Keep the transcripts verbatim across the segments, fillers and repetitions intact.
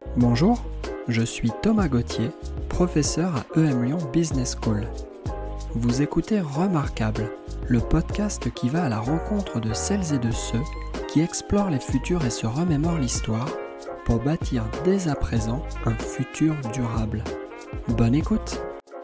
Bonjour, je suis Thomas Gauthier, professeur à E M Lyon Business School. Vous écoutez Remarquable, le podcast qui va à la rencontre de celles et de ceux qui explorent les futurs et se remémorent l'histoire pour bâtir dès à présent un futur durable. Bonne écoute!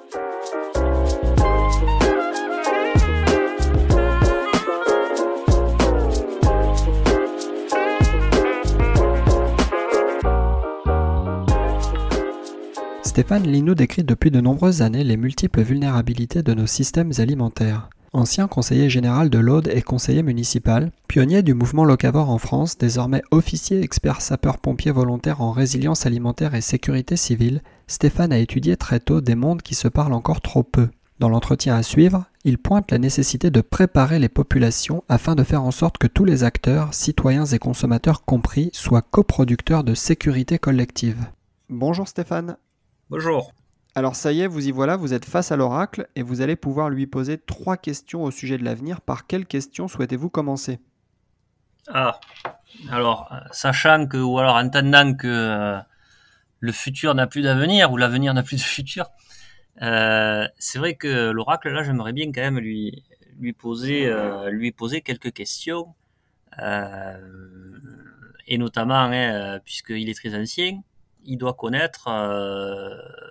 Stéphane Linou décrit depuis de nombreuses années les multiples vulnérabilités de nos systèmes alimentaires. Ancien conseiller général de l'Aude et conseiller municipal, pionnier du mouvement locavore en France, désormais officier expert sapeur-pompier volontaire en résilience alimentaire et sécurité civile, Stéphane a étudié très tôt des mondes qui se parlent encore trop peu. Dans l'entretien à suivre, il pointe la nécessité de préparer les populations afin de faire en sorte que tous les acteurs, citoyens et consommateurs compris, soient coproducteurs de sécurité collective. Bonjour Stéphane. Bonjour. Alors ça y est, vous y voilà, vous êtes face à l'oracle et vous allez pouvoir lui poser trois questions au sujet de l'avenir. Par quelle question souhaitez-vous commencer ? Ah, alors, euh, sachant que, ou alors entendant que euh, le futur n'a plus d'avenir, ou l'avenir n'a plus de futur, euh, c'est vrai que l'oracle, là, j'aimerais bien quand même lui, lui, poser, euh, lui poser quelques questions, euh, et notamment, hein, puisqu'il est très ancien, il doit connaître euh,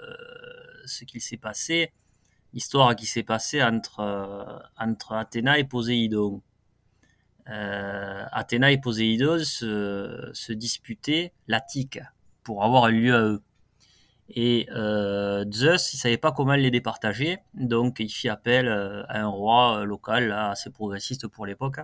ce qu'il s'est passé, l'histoire qui s'est passée entre, euh, entre Athéna et Poséidon. Euh, Athéna et Poséidon se, se disputaient l'Attique pour avoir un lieu à eux. Et euh, Zeus, il savait pas comment les départager, donc il fit appel euh, à un roi local, là, assez progressiste pour l'époque.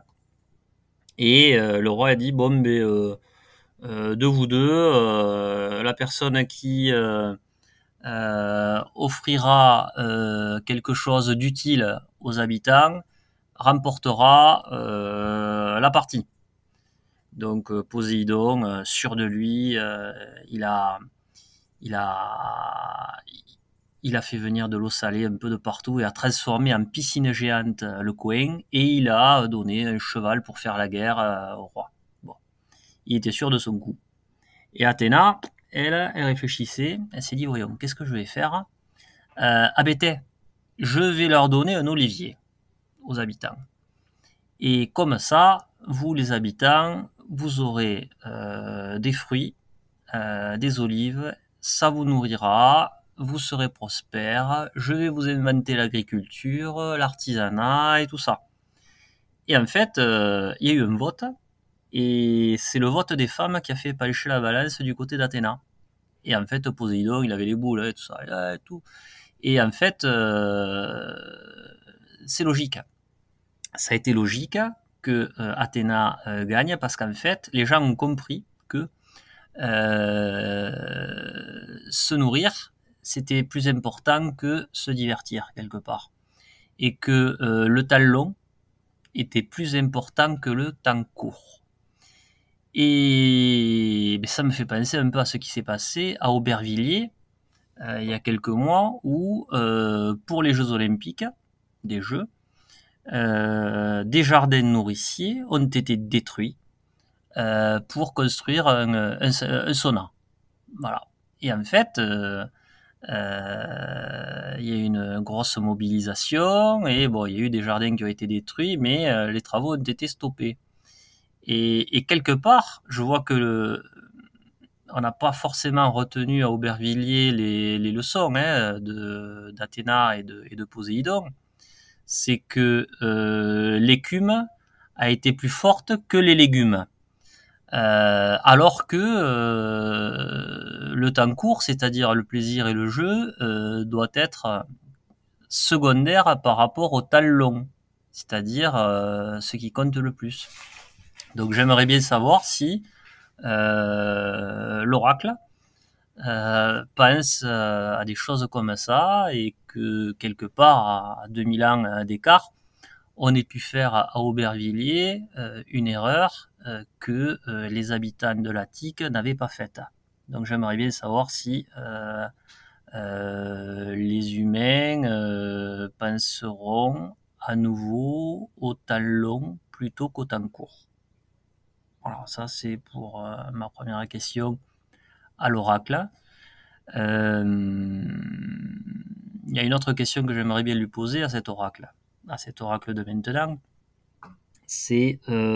Et euh, le roi a dit, bon, ben, euh, euh, de vous deux, euh, la personne qui euh, euh, offrira euh, quelque chose d'utile aux habitants remportera euh, la partie. Donc euh, Poséidon, euh, sûr de lui, euh, il a, il a, il a fait venir de l'eau salée un peu de partout et a transformé en piscine géante euh, le coin, et il a donné un cheval pour faire la guerre euh, au roi. Bon, il était sûr de son coup. Et Athéna, elle, elle réfléchissait, elle s'est dit, voyons, qu'est-ce que je vais faire ? euh, Ah bêté, je vais leur donner un olivier aux habitants. Et comme ça, vous les habitants, vous aurez euh, des fruits, euh, des olives, ça vous nourrira, vous serez prospères, je vais vous inventer l'agriculture, l'artisanat et tout ça. Et en fait, euh, il y a eu un vote, et c'est le vote des femmes qui a fait pencher la balance du côté d'Athéna. Et en fait, Poséidon, il avait les boules et tout ça, et tout. Et en fait, euh, c'est logique. Ça a été logique que euh, Athéna euh, gagne, parce qu'en fait, les gens ont compris que euh, se nourrir, c'était plus important que se divertir quelque part. Et que euh, le temps long était plus important que le temps court. Et ben, ça me fait penser un peu à ce qui s'est passé à Aubervilliers euh, il y a quelques mois, où euh, pour les Jeux Olympiques, des Jeux, euh, des jardins nourriciers ont été détruits euh, pour construire un, un, un sauna. Voilà. Et en fait, euh, euh, il y a eu une grosse mobilisation, et bon, il y a eu des jardins qui ont été détruits, mais euh, les travaux ont été stoppés. Et, et quelque part, je vois que le, on n'a pas forcément retenu à Aubervilliers les, les leçons hein, de, d'Athéna et de, et de Poséidon. C'est que euh, l'écume a été plus forte que les légumes. Euh, alors que euh, le temps court, c'est-à-dire le plaisir et le jeu, euh, doit être secondaire par rapport au temps long, c'est-à-dire euh, ce qui compte le plus. Donc j'aimerais bien savoir si euh, l'oracle euh, pense euh, à des choses comme ça, et que quelque part à deux mille ans d'écart, on ait pu faire à Aubervilliers euh, une erreur euh, que euh, les habitants de l'Attique n'avaient pas faite. Donc j'aimerais bien savoir si euh, euh, les humains euh, penseront à nouveau au temps long plutôt qu'au temps court. Voilà, ça c'est pour euh, ma première question à l'oracle. Euh, il y a une autre question que j'aimerais bien lui poser à cet oracle, à cet oracle de maintenant. C'est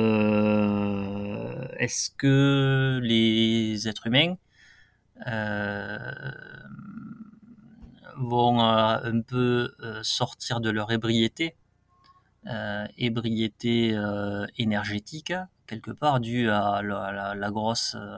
euh, est-ce que les êtres humains euh, vont euh, un peu euh, sortir de leur ébriété, euh, ébriété euh, énergétique, quelque part due à la, la, la grosse euh,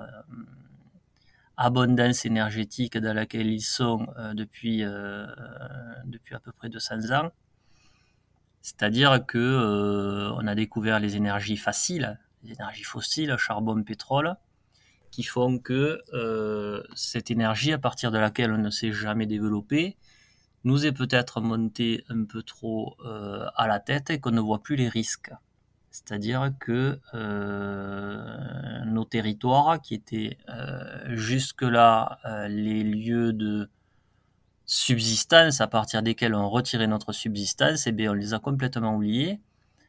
abondance énergétique dans laquelle ils sont euh, depuis, euh, depuis à peu près deux cents ans. C'est-à-dire que euh, on a découvert les énergies faciles, les énergies fossiles, charbon, pétrole, qui font que euh, cette énergie, à partir de laquelle on ne s'est jamais développé, nous est peut-être montée un peu trop euh, à la tête et qu'on ne voit plus les risques. C'est-à-dire que euh, nos territoires, qui étaient euh, jusque-là euh, les lieux de subsistance à partir desquels on retirait notre subsistance, eh bien on les a complètement oubliés.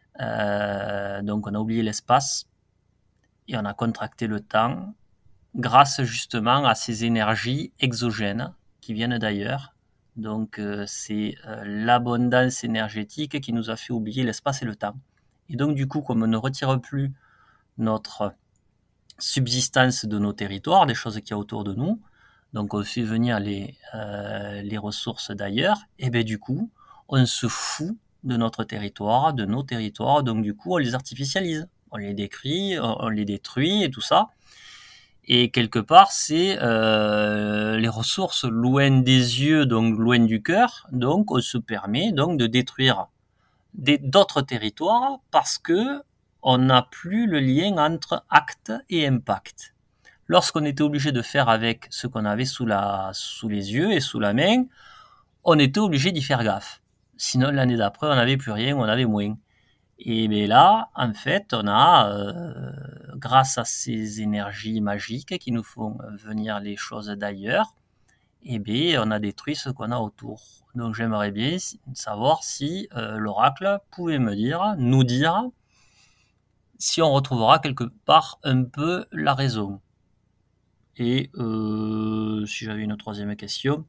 Euh, donc on a oublié l'espace et on a contracté le temps grâce justement à ces énergies exogènes qui viennent d'ailleurs. Donc euh, c'est euh, l'abondance énergétique qui nous a fait oublier l'espace et le temps. Et donc du coup, comme on ne retire plus notre subsistance de nos territoires, des choses qu'il y a autour de nous, donc on fait venir les, euh, les ressources d'ailleurs, et bien du coup, on se fout de notre territoire, de nos territoires, donc du coup, on les artificialise, on les décrit, on les détruit et tout ça. Et quelque part, c'est euh, les ressources loin des yeux, donc loin du cœur, donc on se permet donc de détruire des, d'autres territoires parce que on n'a plus le lien entre acte et impact. Lorsqu'on était obligé de faire avec ce qu'on avait sous, la, sous les yeux et sous la main, on était obligé d'y faire gaffe. Sinon, l'année d'après, on n'avait plus rien, on avait moins. Et bien là, en fait, on a, euh, grâce à ces énergies magiques qui nous font venir les choses d'ailleurs, et bien, on a détruit ce qu'on a autour. Donc, j'aimerais bien savoir si euh, l'oracle pouvait me dire, nous dire, si on retrouvera quelque part un peu la raison. Et euh, si j'avais une troisième question,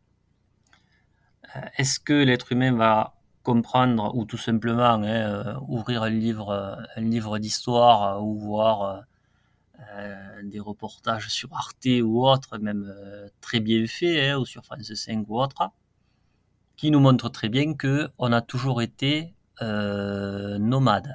est-ce que l'être humain va comprendre ou tout simplement hein, euh, ouvrir un livre, un livre d'histoire euh, ou voir euh, des reportages sur Arte ou autre, même euh, très bien faits, hein, ou sur France cinq ou autre, qui nous montrent très bien qu'on a toujours été euh, nomade.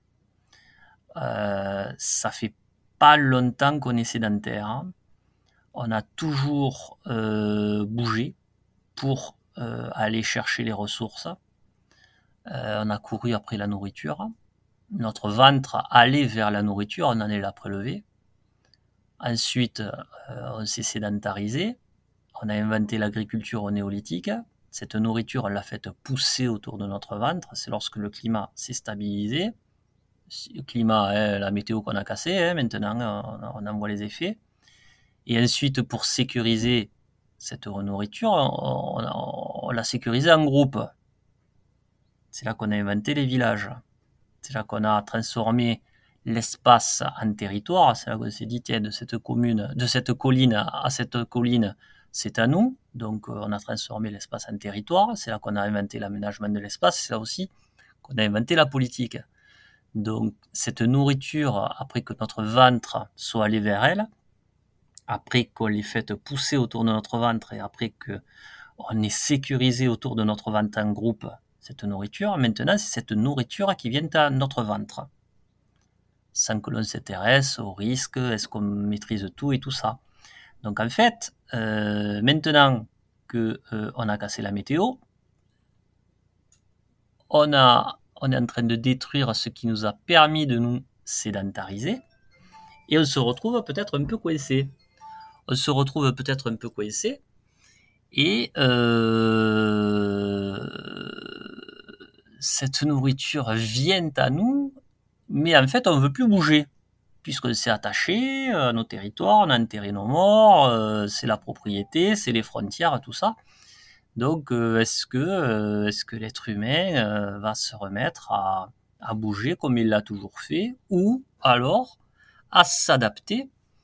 Euh, ça fait pas longtemps qu'on est sédentaire. Hein. On a toujours euh, bougé pour euh, aller chercher les ressources. Euh, on a couru après la nourriture. Notre ventre allait vers la nourriture, on en est la prélever. Ensuite, euh, on s'est sédentarisé. On a inventé l'agriculture au néolithique. Cette nourriture, on l'a faite pousser autour de notre ventre. C'est lorsque le climat s'est stabilisé. Le climat, hein, la météo qu'on a cassée, hein, maintenant, on, on en voit les effets. Et ensuite, pour sécuriser cette nourriture, on, on, on l'a sécurisée en groupe. C'est là qu'on a inventé les villages. C'est là qu'on a transformé l'espace en territoire. C'est là qu'on s'est dit, tiens, de cette commune, de cette colline à cette colline, c'est à nous. Donc, on a transformé l'espace en territoire. C'est là qu'on a inventé l'aménagement de l'espace. C'est là aussi qu'on a inventé la politique. Donc, cette nourriture, après que notre ventre soit allé vers elle, après qu'on l'ait faite pousser autour de notre ventre et après qu'on ait sécurisé autour de notre ventre en groupe cette nourriture, maintenant c'est cette nourriture qui vient à notre ventre. Sans que l'on s'intéresse au risque, est-ce qu'on maîtrise tout et tout ça. Donc en fait, euh, maintenant qu'on euh, a cassé la météo, on, a, on est en train de détruire ce qui nous a permis de nous sédentariser et on se retrouve peut-être un peu coincé. On se retrouve peut-être un peu coincé et euh, cette nourriture vient à nous, mais en fait on ne veut plus bouger puisqu'on s'est attaché à nos territoires, on a enterré nos morts, euh, c'est la propriété, c'est les frontières, tout ça. Donc euh, est-ce que, euh, est-ce que l'être humain euh, va se remettre à, à bouger comme il l'a toujours fait ou alors à s'adapter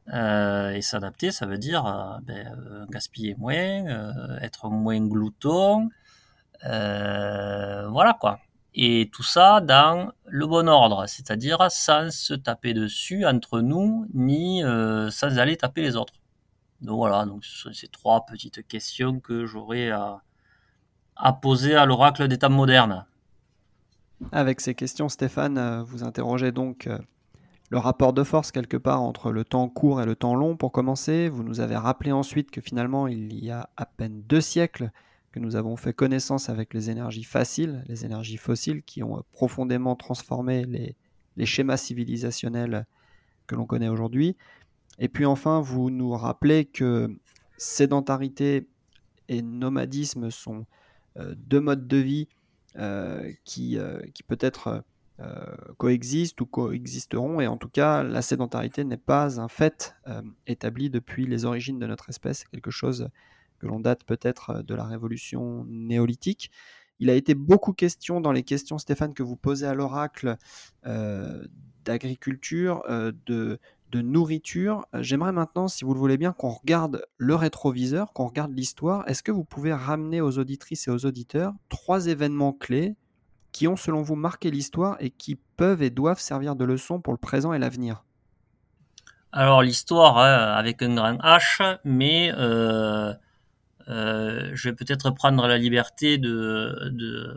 Euh, et s'adapter, ça veut dire euh, ben, euh, gaspiller moins, euh, être moins glouton, euh, voilà quoi. Et tout ça dans le bon ordre, c'est-à-dire sans se taper dessus entre nous, ni euh, sans aller taper les autres. Donc voilà, donc ce sont ces trois petites questions que j'aurais à, à poser à l'oracle des temps modernes. Avec ces questions, Stéphane, euh, vous interrogez donc euh, le rapport de force quelque part entre le temps court et le temps long pour commencer. Vous nous avez rappelé ensuite que finalement, il y a à peine deux siècles que nous avons fait connaissance avec les énergies faciles, les énergies fossiles qui ont profondément transformé les, les schémas civilisationnels que l'on connaît aujourd'hui. Et puis enfin, vous nous rappelez que sédentarité et nomadisme sont euh, deux modes de vie euh, qui, euh, qui peut-être euh, coexistent ou coexisteront. Et en tout cas, la sédentarité n'est pas un fait euh, établi depuis les origines de notre espèce. C'est quelque chose que l'on date peut-être de la révolution néolithique. Il a été beaucoup question dans les questions, Stéphane, que vous posez à l'oracle euh, d'agriculture, euh, de, de nourriture. J'aimerais maintenant, si vous le voulez bien, qu'on regarde le rétroviseur, qu'on regarde l'histoire. Est-ce que vous pouvez ramener aux auditrices et aux auditeurs trois événements clés qui ont, selon vous, marqué l'histoire et qui peuvent et doivent servir de leçon pour le présent et l'avenir? Alors l'histoire hein, avec un grand H, mais euh, euh, je vais peut-être prendre la liberté de, de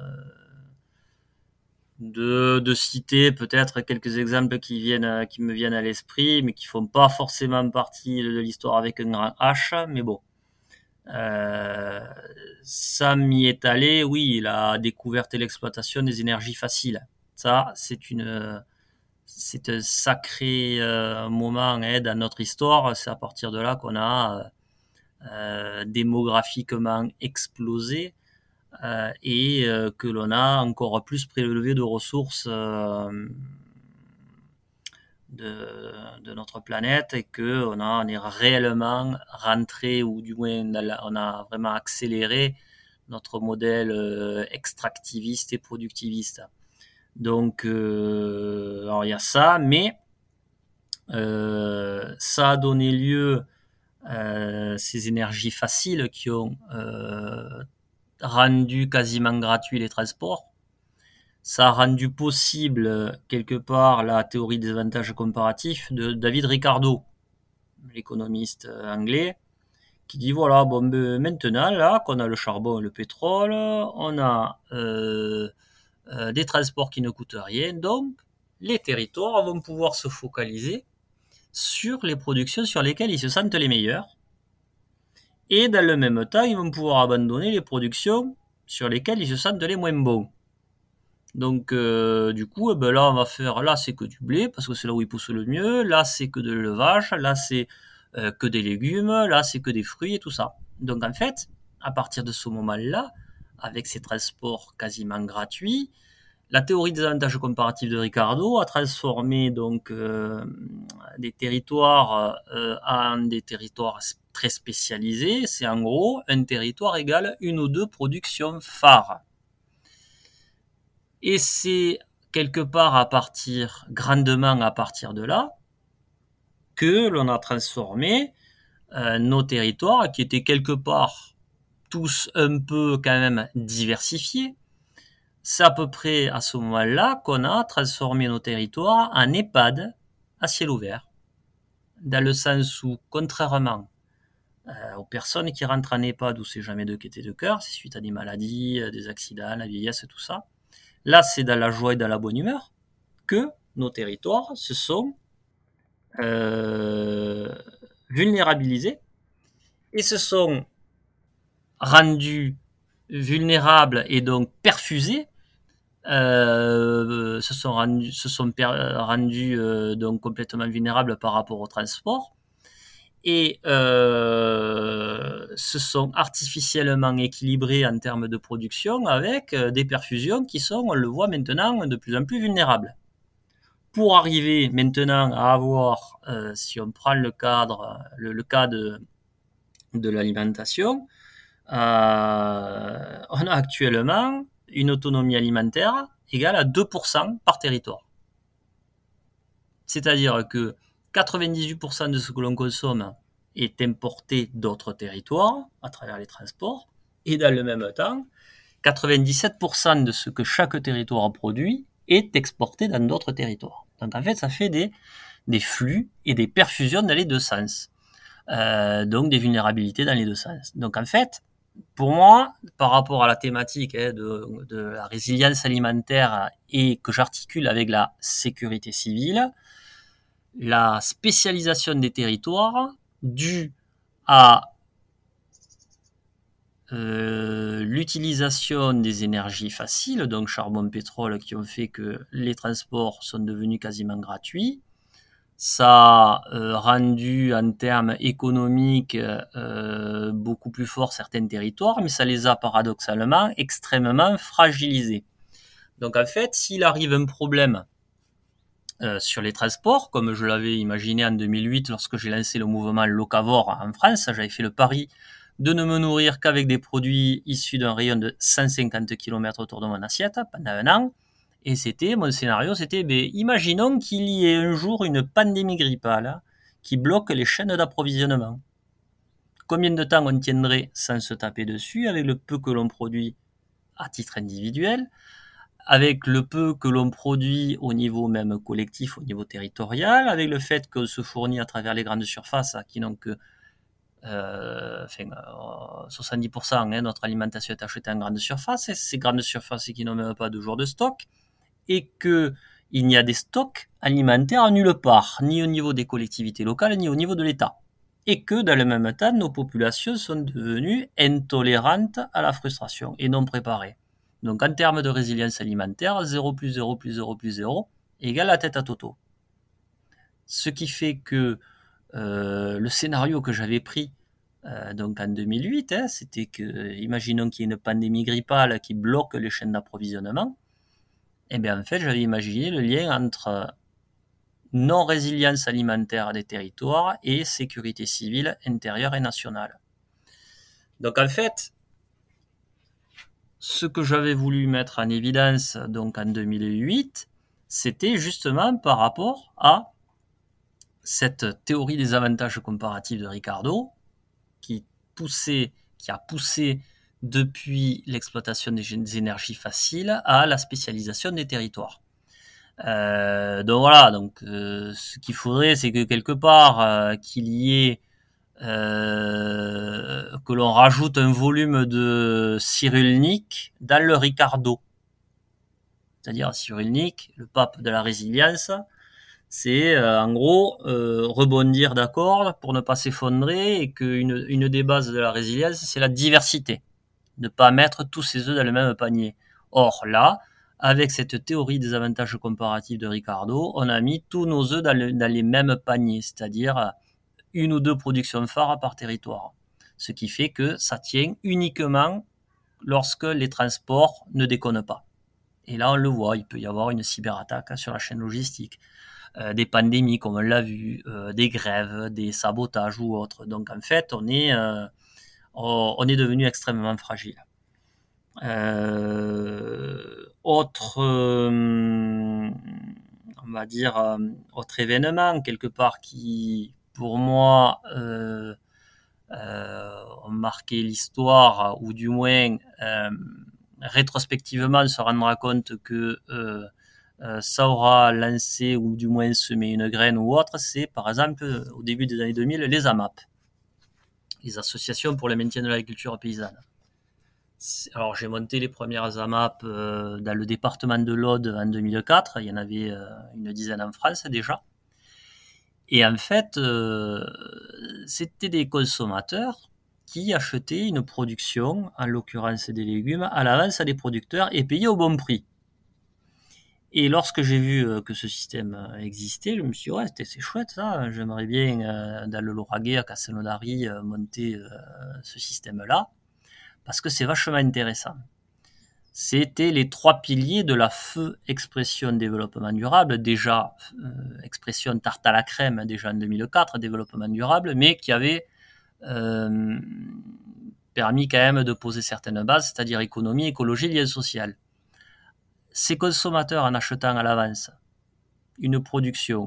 de, de citer peut-être quelques exemples qui viennent, qui me viennent à l'esprit, mais qui font pas forcément partie de l'histoire avec un grand H. Mais bon, euh, ça m'y est allé. Oui, la découverte et l'exploitation des énergies faciles. Ça, c'est une, c'est un sacré euh, moment hein, dans notre histoire. C'est à partir de là qu'on a euh, démographiquement explosé. Euh, et euh, que l'on a encore plus prélevé de ressources euh, de, de notre planète et que on, a, on est réellement rentré ou du moins on a vraiment accéléré notre modèle euh, extractiviste et productiviste. Donc, euh, alors il y a ça, mais euh, ça a donné lieu à ces énergies faciles qui ont euh, rendu quasiment gratuit les transports. Ça a rendu possible, quelque part, la théorie des avantages comparatifs de David Ricardo, l'économiste anglais, qui dit voilà, bon, ben, maintenant, là, qu'on a le charbon et le pétrole, on a euh, euh, des transports qui ne coûtent rien, donc les territoires vont pouvoir se focaliser sur les productions sur lesquelles ils se sentent les meilleurs, et dans le même temps, ils vont pouvoir abandonner les productions sur lesquelles ils se sentent les moins bons. Donc euh, du coup, eh ben là on va faire, là c'est que du blé parce que c'est là où il pousse le mieux, là c'est que de l'élevage, là c'est euh, que des légumes, là c'est que des fruits et tout ça. Donc en fait, à partir de ce moment-là, avec ces transports quasiment gratuits, la théorie des avantages comparatifs de Ricardo a transformé donc euh, des territoires euh, en des territoires très spécialisés. C'est en gros un territoire égale une ou deux productions phares. Et c'est quelque part à partir, grandement à partir de là, que l'on a transformé euh, nos territoires qui étaient quelque part tous un peu quand même diversifiés. C'est à peu près à ce moment-là qu'on a transformé nos territoires en EHPAD à ciel ouvert. Dans le sens où, contrairement euh, aux personnes qui rentrent en EHPAD où c'est jamais de gaieté de cœur, c'est suite à des maladies, des accidents, la vieillesse, tout ça, là, c'est dans la joie et dans la bonne humeur que nos territoires se sont euh, vulnérabilisés et se sont rendus vulnérables et donc perfusés, euh, se sont rendus, se sont per, rendus euh, donc complètement vulnérables par rapport au transport et euh, se sont artificiellement équilibrés en termes de production avec des perfusions qui sont, on le voit maintenant, de plus en plus vulnérables. Pour arriver maintenant à avoir, euh, si on prend le cadre, le, le cas de, de l'alimentation, euh, on a actuellement une autonomie alimentaire égale à deux pour cent par territoire. C'est-à-dire que quatre-vingt-dix-huit pour cent de ce que l'on consomme est importé d'autres territoires à travers les transports, et dans le même temps, quatre-vingt-dix-sept pour cent de ce que chaque territoire produit est exporté dans d'autres territoires. Donc en fait, ça fait des, des flux et des perfusions dans les deux sens. Euh, donc des vulnérabilités dans les deux sens. Donc en fait, pour moi, par rapport à la thématique hein, de, de la résilience alimentaire et que j'articule avec la sécurité civile, la spécialisation des territoires due à euh, l'utilisation des énergies faciles, donc charbon, pétrole, qui ont fait que les transports sont devenus quasiment gratuits. Ça a euh, rendu en termes économiques euh, beaucoup plus fort certains territoires, mais ça les a paradoxalement extrêmement fragilisés. Donc en fait, s'il arrive un problème euh, sur les transports, comme je l'avais imaginé en deux mille huit lorsque j'ai lancé le mouvement locavore en France, j'avais fait le pari de ne me nourrir qu'avec des produits issus d'un rayon de cent cinquante kilomètres autour de mon assiette pendant un an. Et c'était, mon scénario, c'était, ben, imaginons qu'il y ait un jour une pandémie grippale qui bloque les chaînes d'approvisionnement. Combien de temps on tiendrait sans se taper dessus avec le peu que l'on produit à titre individuel, avec le peu que l'on produit au niveau même collectif, au niveau territorial, avec le fait qu'on se fournit à travers les grandes surfaces qui n'ont que Euh, enfin, euh, soixante-dix pour cent hein, notre alimentation est achetée en grande surface, et ces grandes surfaces qui n'ont même pas de jours de stock, et qu'il n'y a des stocks alimentaires nulle part, ni au niveau des collectivités locales, ni au niveau de l'État. Et que dans le même temps, nos populations sont devenues intolérantes à la frustration et non préparées. Donc en termes de résilience alimentaire, zéro plus zéro plus zéro plus zéro égale la tête à Toto. Ce qui fait que Euh, le scénario que j'avais pris euh, donc en deux mille huit, hein, c'était que, imaginons qu'il y ait une pandémie grippale qui bloque les chaînes d'approvisionnement, et bien en fait j'avais imaginé le lien entre non-résilience alimentaire des territoires et sécurité civile intérieure et nationale. Donc en fait, ce que j'avais voulu mettre en évidence donc en deux mille huit, c'était justement par rapport à cette théorie des avantages comparatifs de Ricardo, qui, poussait, qui a poussé depuis l'exploitation des énergies faciles à la spécialisation des territoires. Euh, donc voilà, donc euh, ce qu'il faudrait, c'est que quelque part euh, qu'il y ait euh, que l'on rajoute un volume de Cyrulnik dans le Ricardo. C'est-à-dire Cyrulnik, le pape de la résilience, c'est euh, en gros euh, rebondir d'accord pour ne pas s'effondrer, et qu'une une des bases de la résilience, c'est la diversité. Ne pas mettre tous ses œufs dans le même panier. Or là, avec cette théorie des avantages comparatifs de Ricardo, on a mis tous nos œufs dans, le, dans les mêmes paniers, c'est-à-dire une ou deux productions phares par territoire. Ce qui fait que ça tient uniquement lorsque les transports ne déconnent pas. Et là, on le voit, il peut y avoir une cyberattaque sur la chaîne logistique. Euh, des pandémies comme on l'a vu, euh, des grèves, des sabotages ou autres. Donc en fait, on est, euh, on est devenu extrêmement fragile. Euh, autre, euh, on va dire, euh, autre événement quelque part qui, pour moi, euh, euh, ont marqué l'histoire, ou du moins euh, rétrospectivement se rendra compte que euh, Euh, ça aura lancé ou du moins semé une graine ou autre, c'est par exemple au début des années deux mille les A M A P, les associations pour le maintien de l'agriculture paysanne. Alors j'ai monté les premières A M A P euh, dans le département de l'Aude en deux mille quatre, il y en avait euh, une dizaine en France déjà, et en fait euh, c'était des consommateurs qui achetaient une production, en l'occurrence des légumes, à l'avance à des producteurs et payaient au bon prix. Et lorsque j'ai vu que ce système existait, je me suis dit, ouais, c'est chouette ça, j'aimerais bien, euh, dans le Lauragais, à Castelnaudary, euh, monter euh, ce système-là, parce que c'est vachement intéressant. C'était les trois piliers de la feu expression développement durable, déjà euh, expression tarte à la crème, déjà en deux mille quatre, développement durable, mais qui avait euh, permis quand même de poser certaines bases, c'est-à-dire économie, écologie, lien social. Ces consommateurs, en achetant à l'avance une production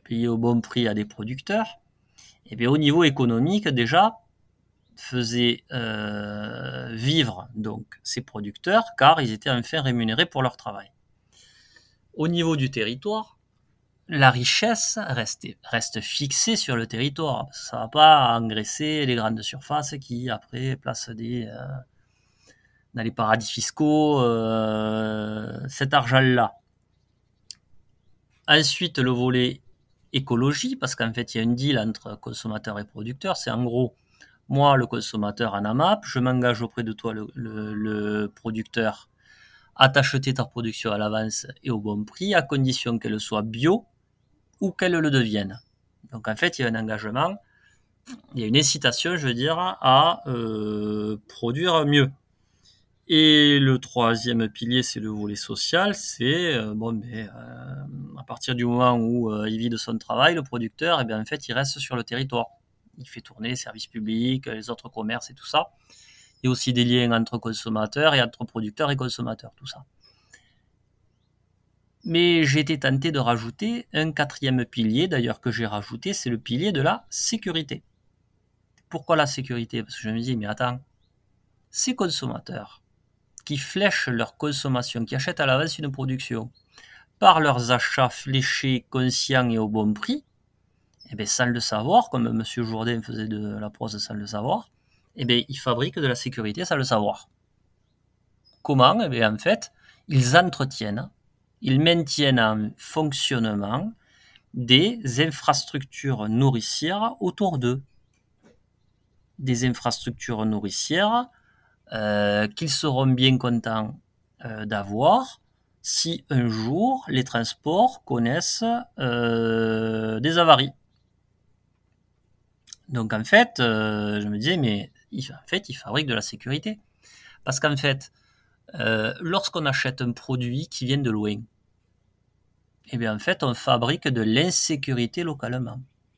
payer au bon prix à des producteurs, et bien au niveau économique déjà faisait euh, vivre donc ces producteurs car ils étaient enfin rémunérés pour leur travail. Au niveau du territoire, la richesse reste, reste fixée sur le territoire. Ça ne va pas engraisser les grandes surfaces qui après placent des, euh, dans les paradis fiscaux euh, cet argent-là. Ensuite, le volet écologie, parce qu'en fait, il y a une deal entre consommateurs et producteurs. C'est en gros, moi, le consommateur en AMAP, je m'engage auprès de toi, le, le, le producteur, à t'acheter ta production à l'avance et au bon prix, à condition qu'elle soit bio ou qu'elle le devienne. Donc, en fait, il y a un engagement, il y a une incitation, je veux dire, à euh, produire mieux. Et le troisième pilier, c'est le volet social. C'est euh, bon, ben, euh, à partir du moment où euh, il vit de son travail, le producteur, et bien en fait, il reste sur le territoire. Il fait tourner les services publics, les autres commerces et tout ça. Il y a aussi des liens entre consommateurs et entre producteurs et consommateurs, tout ça. Mais j'ai été tenté de rajouter un quatrième pilier, d'ailleurs que j'ai rajouté, c'est le pilier de la sécurité. Pourquoi la sécurité ? Parce que je me dis, mais attends, ces consommateurs qui flèchent leur consommation, qui achètent à l'avance une production, par leurs achats fléchés, conscients et au bon prix, eh bien, sans le savoir, comme M. Jourdain faisait de la prose sans le savoir, eh bien, ils fabriquent de la sécurité sans le savoir. Comment ? Eh bien, en fait, ils entretiennent, ils maintiennent en fonctionnement des infrastructures nourricières autour d'eux. Des infrastructures nourricières Euh, qu'ils seront bien contents euh, d'avoir si un jour les transports connaissent euh, des avaries. Donc en fait, euh, je me disais, mais en fait, ils fabriquent de la sécurité. Parce qu'en fait, euh, lorsqu'on achète un produit qui vient de loin, eh bien en fait, on fabrique de l'insécurité localement.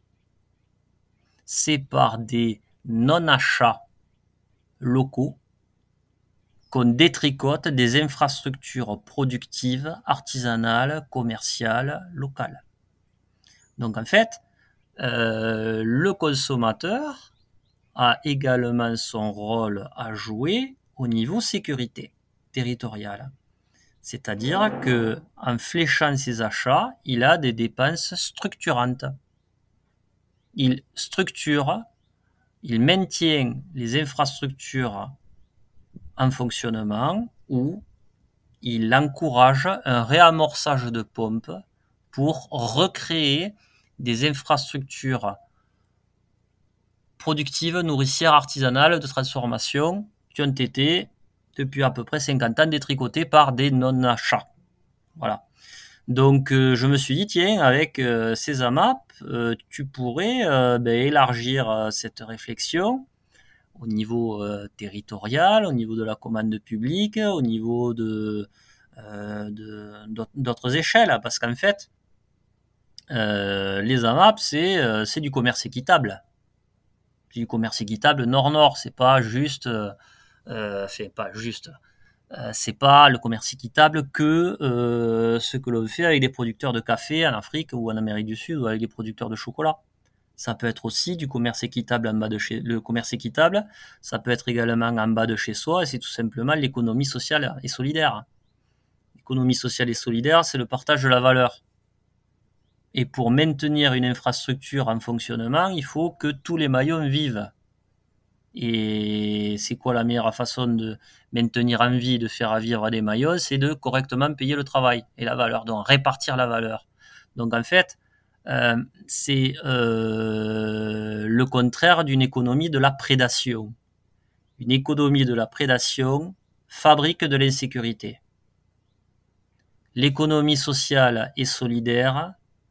C'est par des non-achats locaux qu'on détricote des infrastructures productives, artisanales, commerciales, locales. Donc en fait, euh, le consommateur a également son rôle à jouer au niveau sécurité territoriale. C'est-à-dire que en fléchant ses achats, il a des dépenses structurantes. Il structure, il maintient les infrastructures en fonctionnement ou il encourage un réamorçage de pompes pour recréer des infrastructures productives, nourricières, artisanales, de transformation qui ont été, depuis à peu près cinquante ans, détricotées par des non-achats. Voilà. Donc, euh, je me suis dit, tiens, avec euh, ces AMAP, euh, tu pourrais euh, ben, élargir euh, cette réflexion au niveau euh, territorial, au niveau de la commande publique, au niveau de, euh, de, d'autres échelles, parce qu'en fait, euh, les AMAP, c'est, euh, c'est du commerce équitable. C'est du commerce équitable nord-nord, c'est pas juste, euh, euh, c'est pas juste, euh, c'est pas le commerce équitable que euh, ce que l'on fait avec des producteurs de café en Afrique ou en Amérique du Sud ou avec des producteurs de chocolat. Ça peut être aussi du commerce équitable en bas de chez le commerce équitable. Ça peut être également en bas de chez soi et c'est tout simplement l'économie sociale et solidaire. L'économie sociale et solidaire, c'est le partage de la valeur. Et pour maintenir une infrastructure en fonctionnement, il faut que tous les maillons vivent. Et c'est quoi la meilleure façon de maintenir en vie, de faire vivre des maillons ? C'est de correctement payer le travail et la valeur, donc répartir la valeur. Donc en fait, Euh, c'est euh, le contraire d'une économie de la prédation. Une économie de la prédation fabrique de l'insécurité. L'économie sociale et solidaire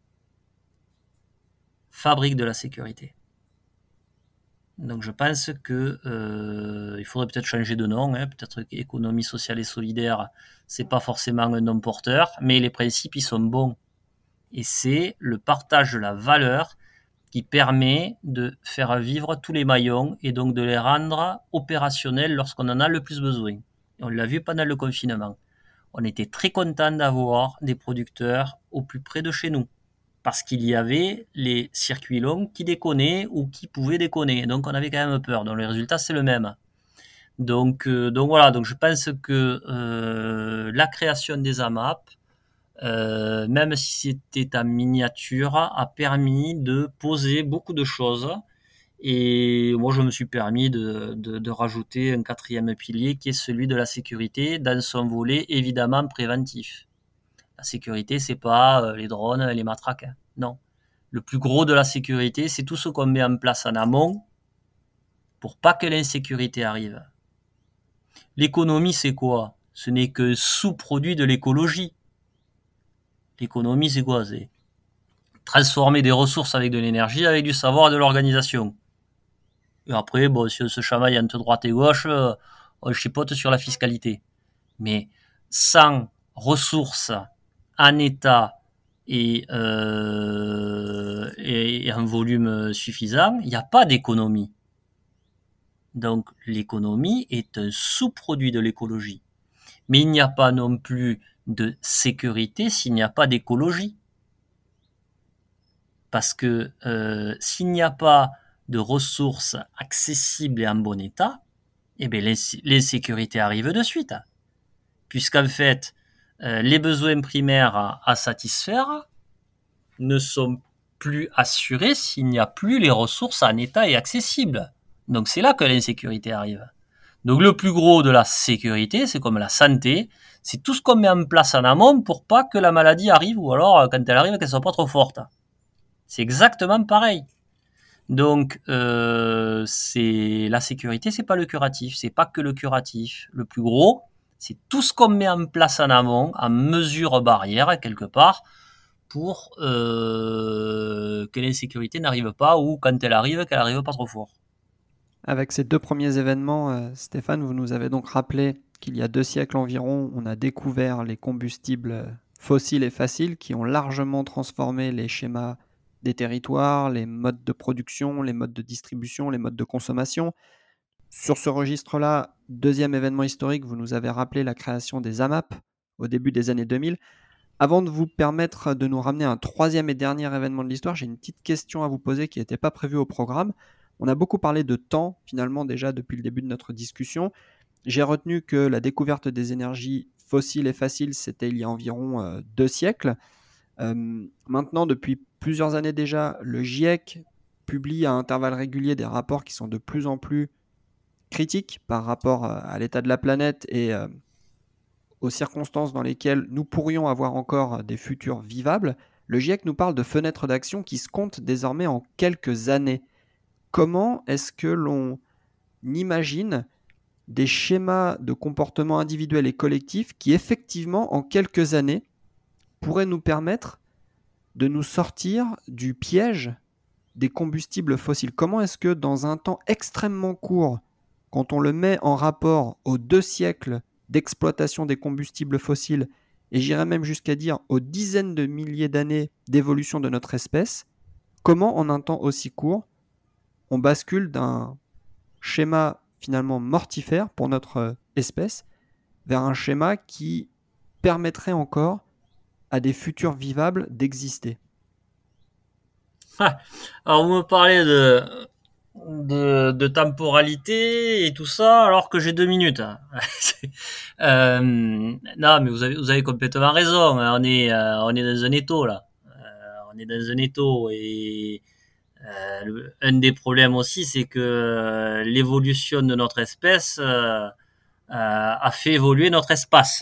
fabrique de la sécurité. Donc je pense que euh, il faudrait peut-être changer de nom, hein. Peut-être qu'économie sociale et solidaire, c'est pas forcément un nom porteur, mais les principes, ils sont bons. Et c'est le partage de la valeur qui permet de faire vivre tous les maillons et donc de les rendre opérationnels lorsqu'on en a le plus besoin. Et on l'a vu pendant le confinement. On était très content d'avoir des producteurs au plus près de chez nous. parce qu'il y avait les circuits longs qui déconnaient ou qui pouvaient déconner. Donc on avait quand même peur. Donc le résultat, c'est le même. Donc, euh, donc voilà, donc je pense que euh, la création des A M A P, euh, même si c'était en miniature, a permis de poser beaucoup de choses. Et moi, je me suis permis de, de, de rajouter un quatrième pilier qui est celui de la sécurité dans son volet évidemment préventif. La sécurité, c'est pas les drones, les matraques, hein. Non. Le plus gros de la sécurité, c'est tout ce qu'on met en place en amont pour pas que l'insécurité arrive. L'économie, c'est quoi? Ce n'est que sous-produit de l'écologie. L'économie, c'est quoi? C'est transformer des ressources avec de l'énergie, avec du savoir et de l'organisation. Et après, bon, si on se chamaille entre droite et gauche, on chipote sur la fiscalité. Mais sans ressources en état et, euh, et un volume suffisant, il n'y a pas d'économie. Donc l'économie est un sous-produit de l'écologie. Mais il n'y a pas non plus de sécurité s'il n'y a pas d'écologie. Parce que euh, s'il n'y a pas de ressources accessibles et en bon état, eh bien l'insécurité arrive de suite. Puisqu'en fait, euh, les besoins primaires à, à satisfaire ne sont plus assurés s'il n'y a plus les ressources en état et accessibles. Donc c'est là que l'insécurité arrive. Donc le plus gros de la sécurité, c'est comme la santé, c'est tout ce qu'on met en place en amont pour pas que la maladie arrive, ou alors quand elle arrive, qu'elle soit pas trop forte. C'est exactement pareil. Donc euh, c'est la sécurité, c'est pas le curatif, c'est pas que le curatif. Le plus gros, c'est tout ce qu'on met en place en amont, en mesure barrière quelque part, pour euh, que l'insécurité n'arrive pas, ou quand elle arrive, qu'elle arrive pas trop fort. Avec ces deux premiers événements, euh, Stéphane, vous nous avez donc rappelé qu'il y a deux siècles environ, on a découvert les combustibles fossiles et faciles qui ont largement transformé les schémas des territoires, les modes de production, les modes de distribution, les modes de consommation. Sur ce registre-là, deuxième événement historique, vous nous avez rappelé la création des A M A P au début des années deux mille. Avant de vous permettre de nous ramener à un troisième et dernier événement de l'histoire, j'ai une petite question à vous poser qui n'était pas prévue au programme. On a beaucoup parlé de temps, finalement, déjà depuis le début de notre discussion. J'ai retenu que la découverte des énergies fossiles et faciles, c'était il y a environ euh, deux siècles. Euh, maintenant, depuis plusieurs années déjà, le GIEC publie à intervalles réguliers des rapports qui sont de plus en plus critiques par rapport à l'état de la planète et euh, aux circonstances dans lesquelles nous pourrions avoir encore des futurs vivables. Le GIEC nous parle de fenêtres d'action qui se comptent désormais en quelques années. Comment est-ce que l'on imagine des schémas de comportement individuel et collectif qui, effectivement, en quelques années, pourraient nous permettre de nous sortir du piège des combustibles fossiles? Comment est-ce que, dans un temps extrêmement court, quand on le met en rapport aux deux siècles d'exploitation des combustibles fossiles, et j'irais même jusqu'à dire aux dizaines de milliers d'années d'évolution de notre espèce, comment, en un temps aussi court, on bascule d'un schéma finalement mortifère pour notre espèce vers un schéma qui permettrait encore à des futurs vivables d'exister? Ah, alors vous me parlez de, de, de temporalité et tout ça alors que j'ai deux minutes. euh, non, mais vous avez, vous avez complètement raison. On est, euh, on est dans un étau là. Euh, on est dans un étau et euh, le, un des problèmes aussi, c'est que euh, l'évolution de notre espèce euh, euh, a fait évoluer notre espace.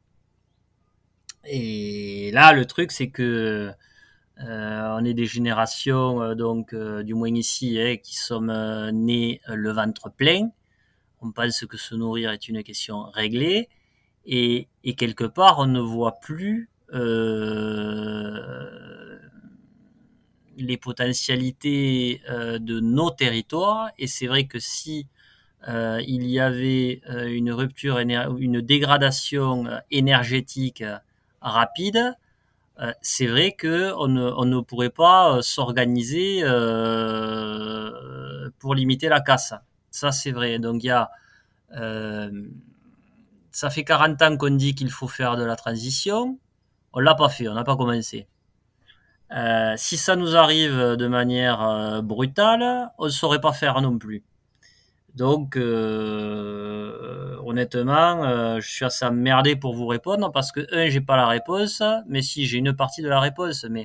Et là, le truc, c'est que Euh, on est des générations, euh, donc euh, du moins ici, hein, qui sommes euh, nés euh, le ventre plein. On pense que se nourrir est une question réglée. Et, et quelque part, on ne voit plus euh, les potentialités euh, de nos territoires. Et c'est vrai que si euh, il y avait euh, une rupture, éner- une dégradation euh, énergétique euh, rapide, Euh, c'est vrai que on ne, on ne pourrait pas euh, s'organiser euh, pour limiter la casse. Ça, c'est vrai. Donc, il y a, euh, ça fait quarante ans qu'on dit qu'il faut faire de la transition. On l'a pas fait, on n'a pas commencé. Euh, si ça nous arrive de manière euh, brutale, on ne saurait pas faire non plus. Donc, euh, honnêtement, euh, je suis assez emmerdé pour vous répondre parce que, un, j'ai pas la réponse, mais si, j'ai une partie de la réponse, mais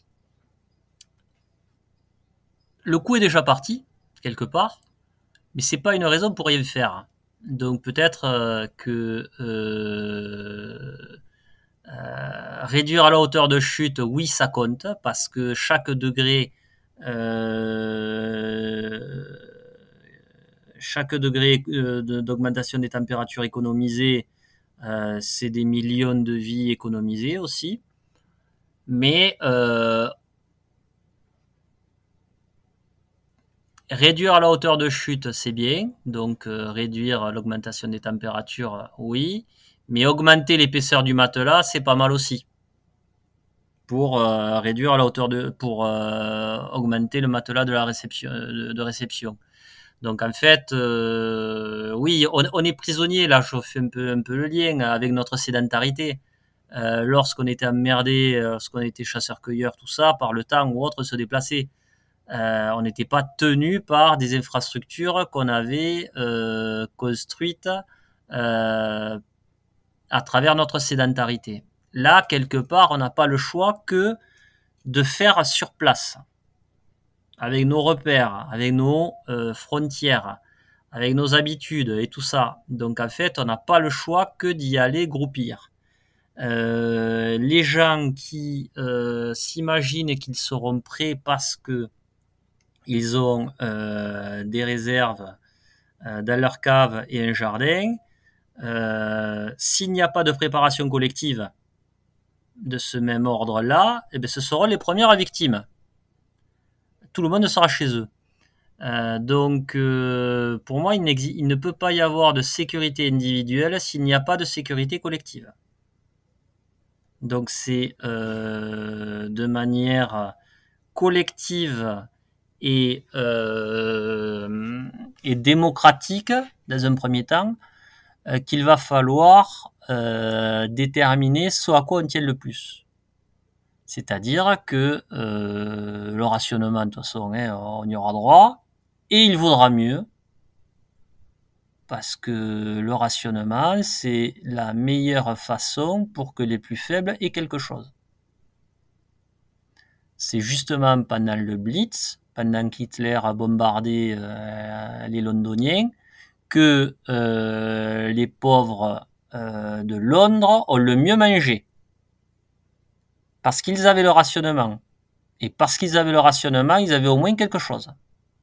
le coup est déjà parti, quelque part, mais c'est pas une raison pour rien faire. Donc, peut-être euh, que euh, euh, réduire à la hauteur de chute, oui, ça compte, parce que chaque degré euh, chaque degré euh, d'augmentation des températures économisées, euh, c'est des millions de vies économisées aussi. Mais euh, réduire la hauteur de chute, c'est bien. Donc euh, réduire l'augmentation des températures, oui. Mais augmenter l'épaisseur du matelas, c'est pas mal aussi. Pour euh, réduire la hauteur de, pour euh, augmenter le matelas de la réception, de, de réception. Donc en fait, euh, oui, on, on est prisonnier. Là, je fais un peu, un peu le lien avec notre sédentarité. Euh, lorsqu'on était emmerdé, lorsqu'on était chasseur-cueilleur, tout ça, par le temps ou autre, se déplacer. Euh, on n'était pas tenu par des infrastructures qu'on avait euh, construites euh, à travers notre sédentarité. Là, quelque part, on n'a pas le choix que de faire sur place, avec nos repères, avec nos euh, frontières, avec nos habitudes et tout ça. Donc en fait, on n'a pas le choix que d'y aller groupir. Euh, les gens qui euh, s'imaginent qu'ils seront prêts parce que ils ont euh, des réserves euh, dans leur cave et un jardin, euh, s'il n'y a pas de préparation collective de ce même ordre-là, eh bien, ce seront les premières victimes. Tout le monde sera chez eux. Euh, donc, euh, pour moi, il, il ne peut pas y avoir de sécurité individuelle s'il n'y a pas de sécurité collective. Donc, c'est euh, de manière collective et, euh, et démocratique, dans un premier temps, euh, qu'il va falloir euh, déterminer ce à quoi on tient le plus. C'est-à-dire que euh, le rationnement, de toute façon, hein, on y aura droit, et il vaudra mieux, parce que le rationnement, c'est la meilleure façon pour que les plus faibles aient quelque chose. C'est justement pendant le Blitz, pendant qu'Hitler a bombardé euh, les Londoniens, que euh, les pauvres euh, de Londres ont le mieux mangé. Parce qu'ils avaient le rationnement. Et parce qu'ils avaient le rationnement, ils avaient au moins quelque chose.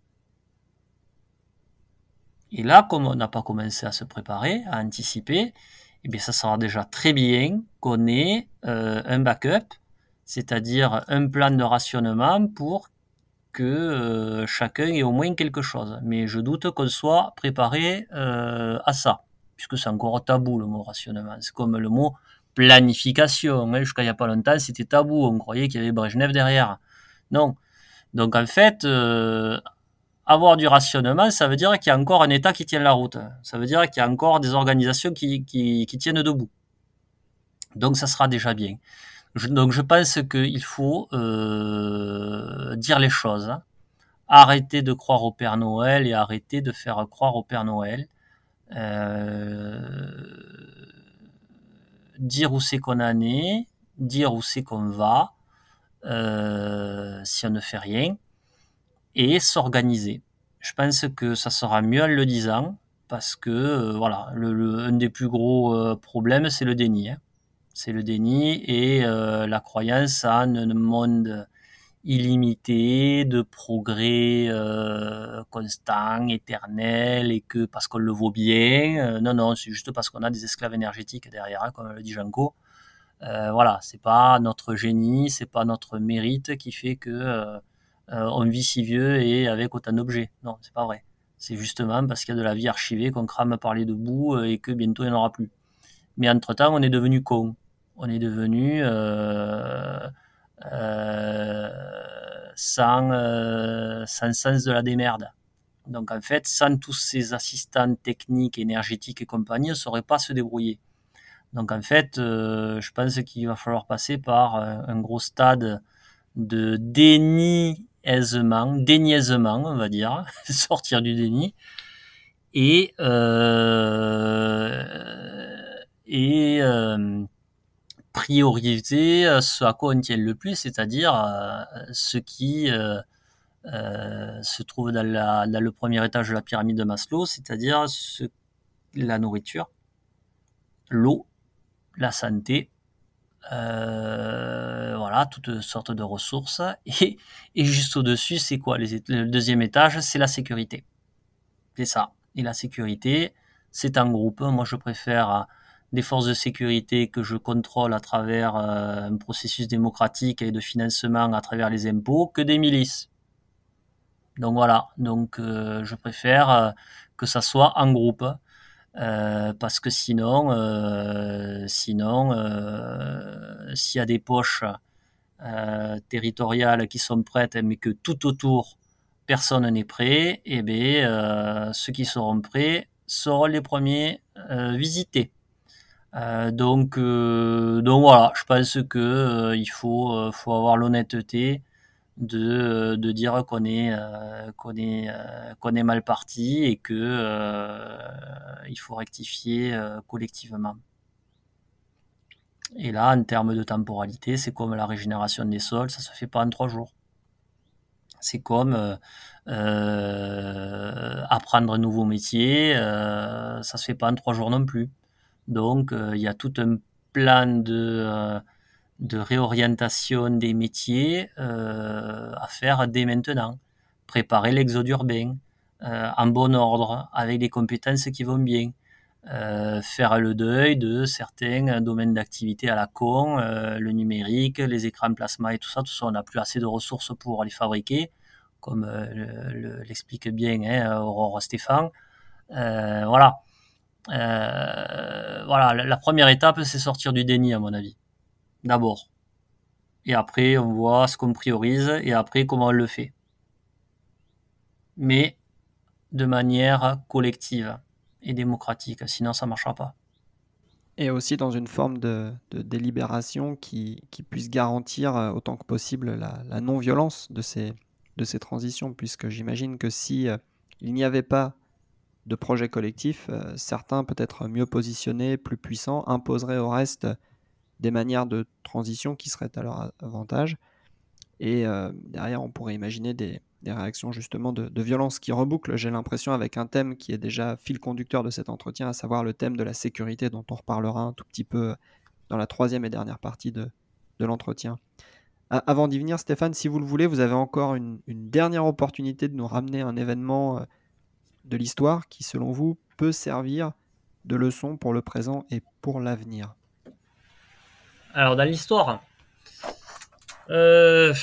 Et là, comme on n'a pas commencé à se préparer, à anticiper, eh bien, ça sera déjà très bien qu'on ait euh, un backup, c'est-à-dire un plan de rationnement pour que euh, chacun ait au moins quelque chose. Mais je doute qu'on soit préparé euh, à ça, puisque c'est encore tabou le mot rationnement. C'est comme le mot planification. Hein. Jusqu'à il n'y a pas longtemps, c'était tabou. On croyait qu'il y avait Brejnev derrière. Non. Donc en fait, euh, avoir du rationnement, ça veut dire qu'il y a encore un État qui tient la route. Ça veut dire qu'il y a encore des organisations qui, qui, qui tiennent debout. Donc ça sera déjà bien. Je, donc je pense qu'il faut euh, dire les choses. Hein. Arrêter de croire au Père Noël et arrêter de faire croire au Père Noël. Euh, dire où c'est qu'on en est, dire où c'est qu'on va, euh, si on ne fait rien, et s'organiser. Je pense que ça sera mieux en le disant, parce que euh, voilà, le, le, un des plus gros euh, problèmes, c'est le déni. Hein. C'est le déni et euh, la croyance à un monde illimité de progrès euh, constant, éternel, et que parce qu'on le vaut bien, euh, non, non, c'est juste parce qu'on a des esclaves énergétiques derrière, hein, comme le dit Janko. Euh, voilà, c'est pas notre génie, c'est pas notre mérite qui fait que euh, on vit si vieux et avec autant d'objets. Non, c'est pas vrai. C'est justement parce qu'il y a de la vie archivée qu'on crame par les deux bouts et que bientôt il n'y en aura plus. Mais entre-temps, on est devenu con. On est devenu euh, euh, sans, euh, sans sens de la démerde. Donc en fait, sans tous ces assistants techniques, énergétiques et compagnie, on ne saurait pas se débrouiller. Donc en fait, euh, je pense qu'il va falloir passer par un gros stade de déniaisement, déniaisement, on va dire, sortir du déni, et euh, et euh, prioriser ce à quoi on tient le plus, c'est-à-dire euh, ce qui euh, euh, se trouve dans, la, dans le premier étage de la pyramide de Maslow, c'est-à-dire ce, la nourriture, l'eau, la santé, euh, voilà, toutes sortes de ressources. Et, et juste au-dessus, c'est quoi les, le deuxième étage, c'est la sécurité. C'est ça. Et la sécurité, c'est en groupe. Moi, je préfère des forces de sécurité que je contrôle à travers euh, un processus démocratique et de financement à travers les impôts que des milices. Donc voilà. Donc euh, je préfère euh, que ça soit en groupe. Euh, parce que sinon, euh, sinon, euh, s'il y a des poches euh, territoriales qui sont prêtes, mais que tout autour personne n'est prêt, et bien euh, ceux qui seront prêts seront les premiers euh, visités. Euh, donc, euh, donc voilà, je pense que euh, il faut, euh, faut avoir l'honnêteté de, de dire qu'on est, euh, qu'on est, euh, qu'on est mal parti et que euh, il faut rectifier euh, collectivement. Et là, en termes de temporalité, c'est comme la régénération des sols, ça se fait pas en trois jours. C'est comme euh, euh, apprendre un nouveau métier, euh, ça se fait pas en trois jours non plus. Donc, euh, il y a tout un plan de euh, de réorientation des métiers euh, à faire dès maintenant. Préparer l'exode urbain euh, en bon ordre, avec les compétences qui vont bien. Euh, faire le deuil de certains domaines d'activité à la con, euh, le numérique, les écrans plasma et tout ça. Tout ça, on n'a plus assez de ressources pour les fabriquer, comme euh, le, le, l'explique bien hein, Aurore Stéphane. Euh, voilà. Euh, voilà. La première étape, c'est sortir du déni, à mon avis. D'abord. Et après, on voit ce qu'on priorise et après, comment on le fait. Mais de manière collective et démocratique, sinon ça ne marchera pas. Et aussi dans une forme de, de délibération qui, qui puisse garantir euh, autant que possible la, la non-violence de ces, de ces transitions, puisque j'imagine que si euh, il n'y avait pas de projet collectif, euh, certains peut-être mieux positionnés, plus puissants, imposeraient au reste des manières de transition qui seraient à leur avantage. Et euh, derrière, on pourrait imaginer des, des réactions justement de, de violence qui rebouclent, j'ai l'impression, avec un thème qui est déjà fil conducteur de cet entretien, à savoir le thème de la sécurité, dont on reparlera un tout petit peu dans la troisième et dernière partie de, de l'entretien. À, avant d'y venir, Stéphane, si vous le voulez, vous avez encore une, une dernière opportunité de nous ramener un événement de l'histoire qui, selon vous, peut servir de leçon pour le présent et pour l'avenir. Alors, dans l'histoire, euh...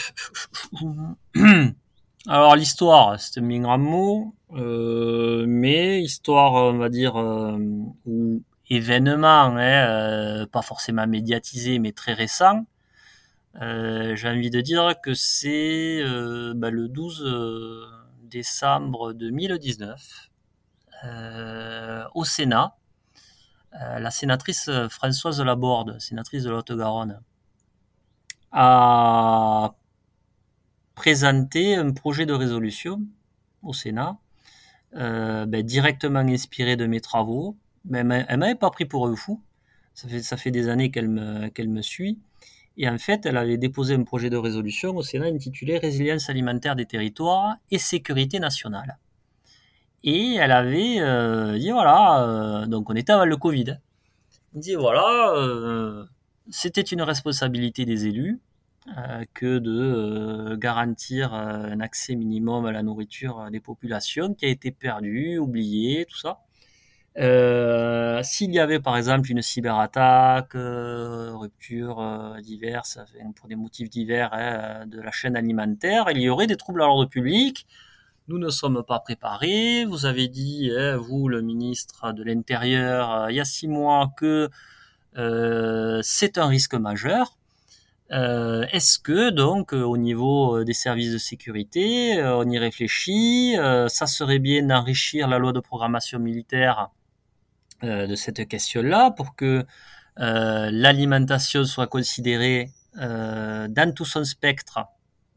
alors l'histoire, c'est un bien grand mot, euh, mais histoire, on va dire, euh, ou événement, hein, euh, pas forcément médiatisé, mais très récent. Euh, j'ai envie de dire que c'est euh, bah, le douze décembre deux mille dix-neuf, euh, au Sénat, euh, la sénatrice Françoise Laborde, sénatrice de la Haute-Garonne, a présenté un projet de résolution au Sénat, euh, ben, directement inspiré de mes travaux. Ben, elle m'avait pas pris pour un fou. Ça fait, ça fait des années qu'elle me, qu'elle me suit. Et en fait, elle avait déposé un projet de résolution au Sénat intitulé Résilience alimentaire des territoires et sécurité nationale. Et elle avait euh, dit voilà, euh, donc on était avant le Covid. Elle dit voilà, euh, c'était une responsabilité des élus euh, que de euh, garantir euh, un accès minimum à la nourriture des populations qui a été perdu, oublié, tout ça. Euh, s'il y avait par exemple une cyberattaque, euh, rupture euh, diverses, enfin, pour des motifs divers hein, de la chaîne alimentaire, il y aurait des troubles à l'ordre public. Nous ne sommes pas préparés. Vous avez dit, hein, vous, le ministre de l'Intérieur, euh, il y a six mois, que euh, c'est un risque majeur. Euh, est-ce que donc euh, au niveau des services de sécurité, euh, on y réfléchit, euh, ça serait bien d'enrichir la loi de programmation militaire euh, de cette question-là pour que euh, l'alimentation soit considérée euh, dans tout son spectre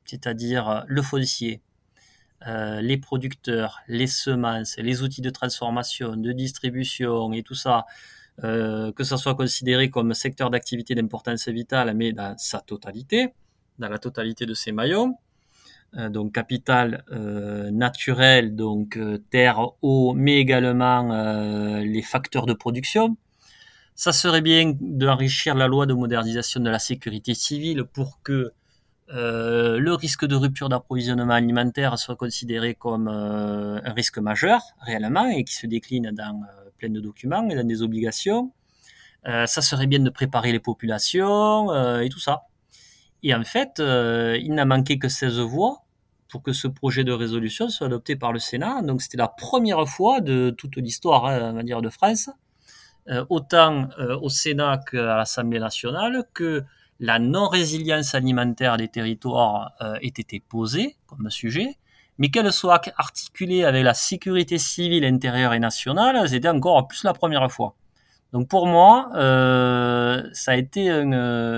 c'est-à-dire le foncier, euh, les producteurs, les semences, les outils de transformation, de distribution et tout ça, euh, que ça soit considéré comme secteur d'activité d'importance vitale, mais dans sa totalité, dans la totalité de ses maillons, euh, donc capital euh, naturel, donc euh, terre, eau, mais également euh, les facteurs de production. Ça serait bien d'enrichir la loi de modernisation de la sécurité civile pour que euh, le risque de rupture d'approvisionnement alimentaire soit considéré comme euh, un risque majeur, réellement, et qui se décline dans euh, plein de documents et dans des obligations. Euh, ça serait bien de préparer les populations euh, et tout ça. Et en fait, euh, il n'a manqué que seize voix pour que ce projet de résolution soit adopté par le Sénat. Donc c'était la première fois de toute l'histoire, hein, on va dire, de France, euh, autant euh, au Sénat qu'à l'Assemblée nationale, que la non-résilience alimentaire des territoires euh, ait été posée comme sujet, mais qu'elle soit articulée avec la sécurité civile intérieure et nationale, c'était encore plus la première fois. Donc pour moi, euh, ça a été un,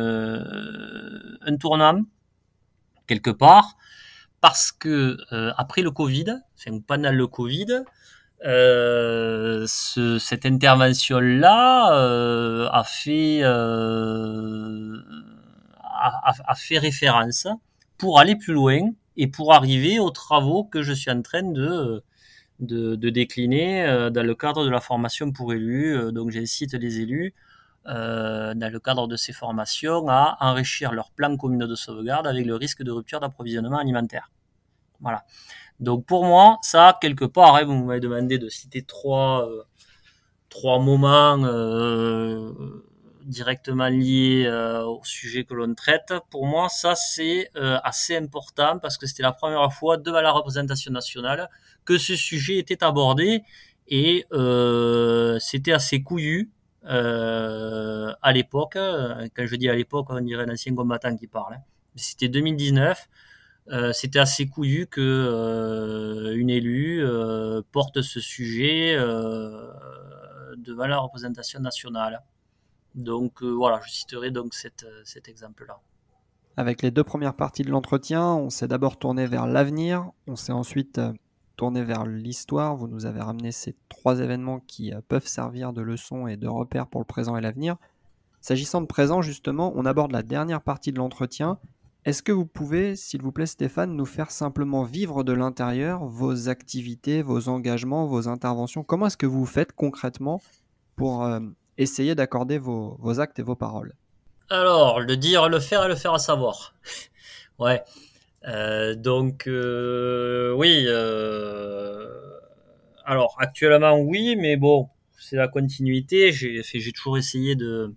euh, un tournant quelque part, parce que euh, après le Covid, enfin pendant le Covid, euh, ce, cette intervention-là euh, a fait euh, a, a fait référence pour aller plus loin et pour arriver aux travaux que je suis en train de de, de décliner euh, dans le cadre de la formation pour élus. Euh, donc j'incite les élus euh, dans le cadre de ces formations à enrichir leur plan communal de sauvegarde avec le risque de rupture d'approvisionnement alimentaire. Voilà. Donc pour moi, ça, quelque part, hein, vous m'avez demandé de citer trois, euh, trois moments euh, directement liés euh, au sujet que l'on traite. Pour moi, ça, c'est euh, assez important parce que c'était la première fois devant la représentation nationale que ce sujet était abordé et euh, c'était assez couillu euh, à l'époque. Quand je dis à l'époque, on dirait l'ancien combattant qui parle. Hein. C'était deux mille dix-neuf. Euh, c'était assez couillu que euh, une élue euh, porte ce sujet euh, devant la représentation nationale. Donc euh, voilà, je citerai donc cet, cet exemple-là. Avec les deux premières parties de l'entretien, on s'est d'abord tourné vers l'avenir, on s'est ensuite euh, tourné vers l'histoire. Vous nous avez ramené ces trois événements qui euh, peuvent servir de leçon et de repère pour le présent et l'avenir. S'agissant de présent, justement, on aborde la dernière partie de l'entretien. Est-ce que vous pouvez, s'il vous plaît Stéphane, nous faire simplement vivre de l'intérieur vos activités, vos engagements, vos interventions? Comment est-ce que vous faites concrètement pour euh, essayer d'accorder vos, vos actes et vos paroles? Alors, le dire, le faire et le faire à savoir. Ouais. Euh, donc, euh, oui. Euh, alors, actuellement, oui, mais bon, c'est la continuité. J'ai, fait, j'ai toujours essayé de,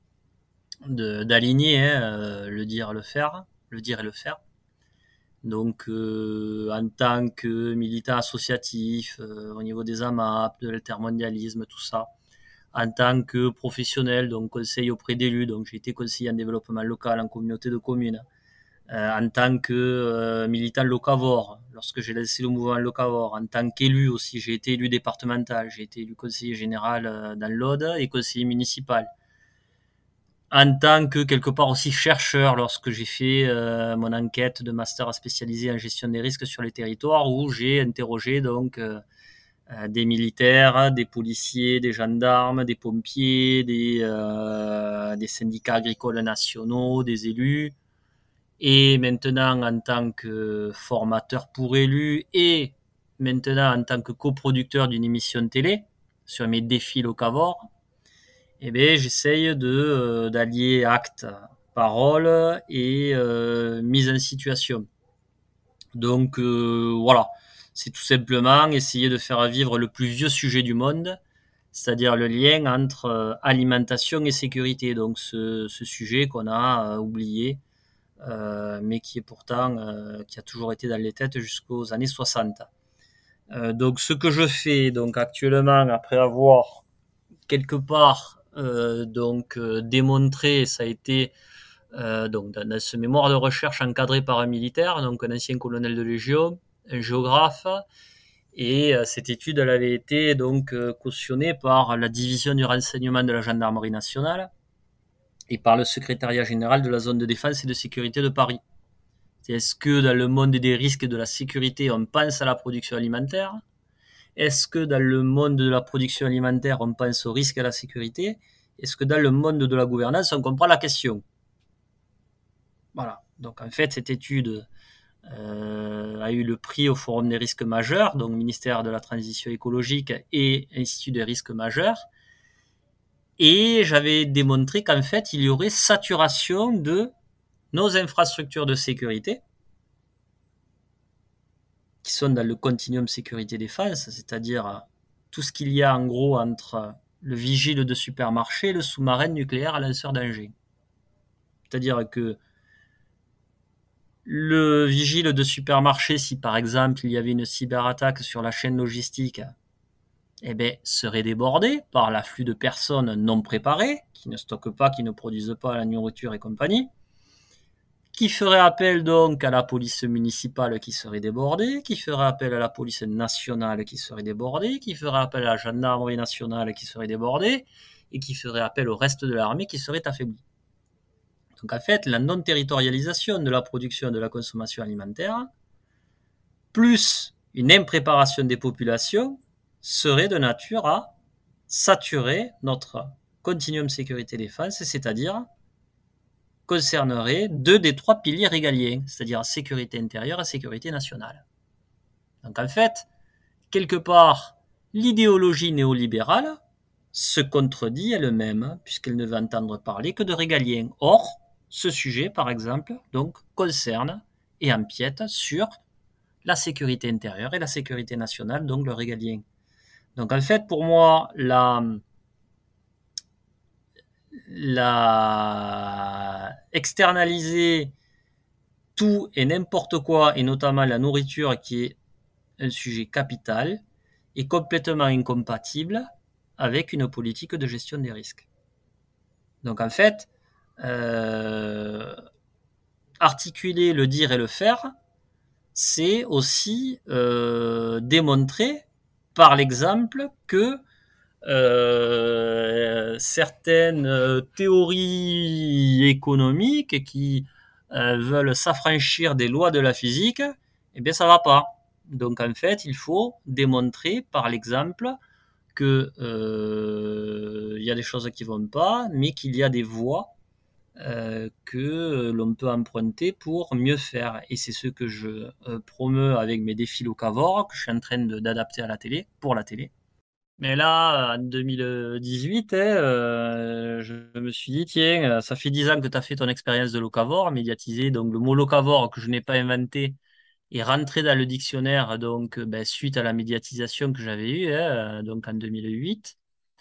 de d'aligner hein, euh, le dire, le faire, le dire et le faire. Donc, euh, en tant que militant associatif, euh, au niveau des A M A P, de l'altermondialisme, tout ça, en tant que professionnel, donc conseil auprès d'élus, donc j'ai été conseiller en développement local, en communauté de communes, euh, en tant que euh, militant locavore, lorsque j'ai lancé le mouvement locavore, en tant qu'élu aussi, j'ai été élu départemental, j'ai été élu conseiller général euh, dans l'Aude et conseiller municipal. En tant que quelque part aussi chercheur, lorsque j'ai fait euh, mon enquête de master spécialisé en gestion des risques sur les territoires, où j'ai interrogé donc euh, des militaires, des policiers, des gendarmes, des pompiers, des, euh, des syndicats agricoles nationaux, des élus. Et maintenant, en tant que formateur pour élus et maintenant en tant que coproducteur d'une émission télé sur mes défis locavores, eh bien, j'essaye de, euh, d'allier acte, parole et euh, mise en situation. Donc euh, voilà, c'est tout simplement essayer de faire vivre le plus vieux sujet du monde, c'est-à-dire le lien entre euh, alimentation et sécurité. Donc ce, ce sujet qu'on a euh, oublié, euh, mais qui est pourtant euh, qui a toujours été dans les têtes jusqu'aux années soixante. Euh, donc ce que je fais donc actuellement, après avoir quelque part euh, donc euh, démontré, ça a été euh, donc dans, dans ce mémoire de recherche encadré par un militaire, donc un ancien colonel de Légion, un géographe, et euh, cette étude elle avait été donc euh, cautionnée par la division du renseignement de la gendarmerie nationale et par le secrétariat général de la zone de défense et de sécurité de Paris. Est-ce que dans le monde des risques et de la sécurité, on pense à la production alimentaire? Est-ce que dans le monde de la production alimentaire, on pense au risque et à la sécurité? Est-ce que dans le monde de la gouvernance, on comprend la question? Voilà. Donc en fait, cette étude euh, a eu le prix au Forum des risques majeurs, donc ministère de la Transition écologique et Institut des risques majeurs. Et j'avais démontré qu'en fait, il y aurait saturation de nos infrastructures de sécurité, qui sont dans le continuum sécurité-défense, c'est-à-dire tout ce qu'il y a en gros entre le vigile de supermarché et le sous-marin nucléaire à lanceur d'engins. C'est-à-dire que le vigile de supermarché, si par exemple il y avait une cyberattaque sur la chaîne logistique, eh ben, serait débordé par l'afflux de personnes non préparées, qui ne stockent pas, qui ne produisent pas la nourriture et compagnie, qui ferait appel donc à la police municipale qui serait débordée, qui ferait appel à la police nationale qui serait débordée, qui ferait appel à la gendarmerie nationale qui serait débordée, et qui ferait appel au reste de l'armée qui serait affaiblie. Donc en fait, la non-territorialisation de la production et de la consommation alimentaire, plus une impréparation des populations, serait de nature à saturer notre continuum sécurité-défense, c'est-à-dire concernerait deux des trois piliers régaliens, c'est-à-dire sécurité intérieure et sécurité nationale. Donc en fait, quelque part, l'idéologie néolibérale se contredit elle-même, puisqu'elle ne veut entendre parler que de régalien. Or, ce sujet, par exemple, donc, concerne et empiète sur la sécurité intérieure et la sécurité nationale, donc le régalien. Donc en fait, pour moi, la, la externaliser tout et n'importe quoi, et notamment la nourriture qui est un sujet capital, est complètement incompatible avec une politique de gestion des risques. Donc en fait, euh, articuler le dire et le faire, c'est aussi euh, démontrer par l'exemple que euh, certaines théories économiques qui euh, veulent s'affranchir des lois de la physique, eh bien ça va pas. Donc en fait, il faut démontrer par l'exemple que euh, y a des choses qui vont pas, mais qu'il y a des voies euh, que l'on peut emprunter pour mieux faire. Et c'est ce que je euh, promeus avec mes défis locavores que je suis en train de, d'adapter à la télé, pour la télé. Mais là, en deux mille dix-huit, hein, euh, je me suis dit, tiens, ça fait dix ans que tu as fait ton expérience de locavore, médiatisé. Donc le mot locavore, que je n'ai pas inventé, est rentré dans le dictionnaire donc, ben, suite à la médiatisation que j'avais eue, hein, donc en deux mille huit.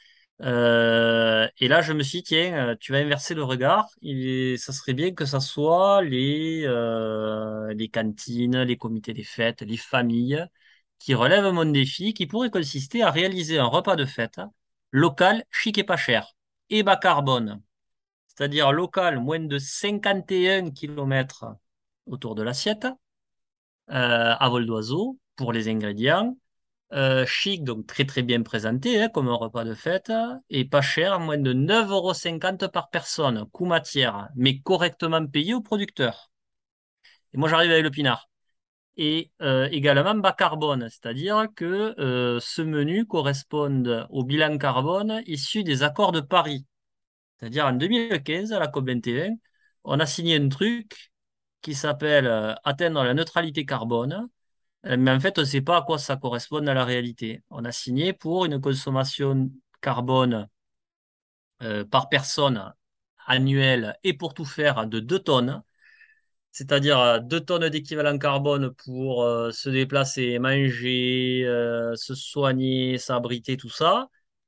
Euh, et là, je me suis dit, tiens, tu vas inverser le regard. Et ça serait bien que ça soit les, euh, les cantines, les comités des fêtes, les familles qui relèvent mon défi, qui pourrait consister à réaliser un repas de fête local, chic et pas cher, et bas carbone. C'est-à-dire local, moins de cinquante et un kilomètres autour de l'assiette, euh, à vol d'oiseau pour les ingrédients. Euh, chic, donc très très bien présenté, hein, comme un repas de fête, et pas cher, moins de neuf euros cinquante par personne, coût matière, mais correctement payé au producteur. Et moi j'arrive avec le pinard. Et euh, également bas carbone, c'est-à-dire que euh, ce menu correspond au bilan carbone issu des accords de Paris. C'est-à-dire en deux mille quinze, à la COP vingt et un, on a signé un truc qui s'appelle euh, atteindre la neutralité carbone. Euh, Mais en fait, on ne sait pas à quoi ça correspond dans la réalité. On a signé pour une consommation carbone euh, par personne annuelle et pour tout faire de deux tonnes, c'est-à-dire euh, deux tonnes d'équivalent carbone pour euh, se déplacer, manger, euh, se soigner, s'abriter, tout ça,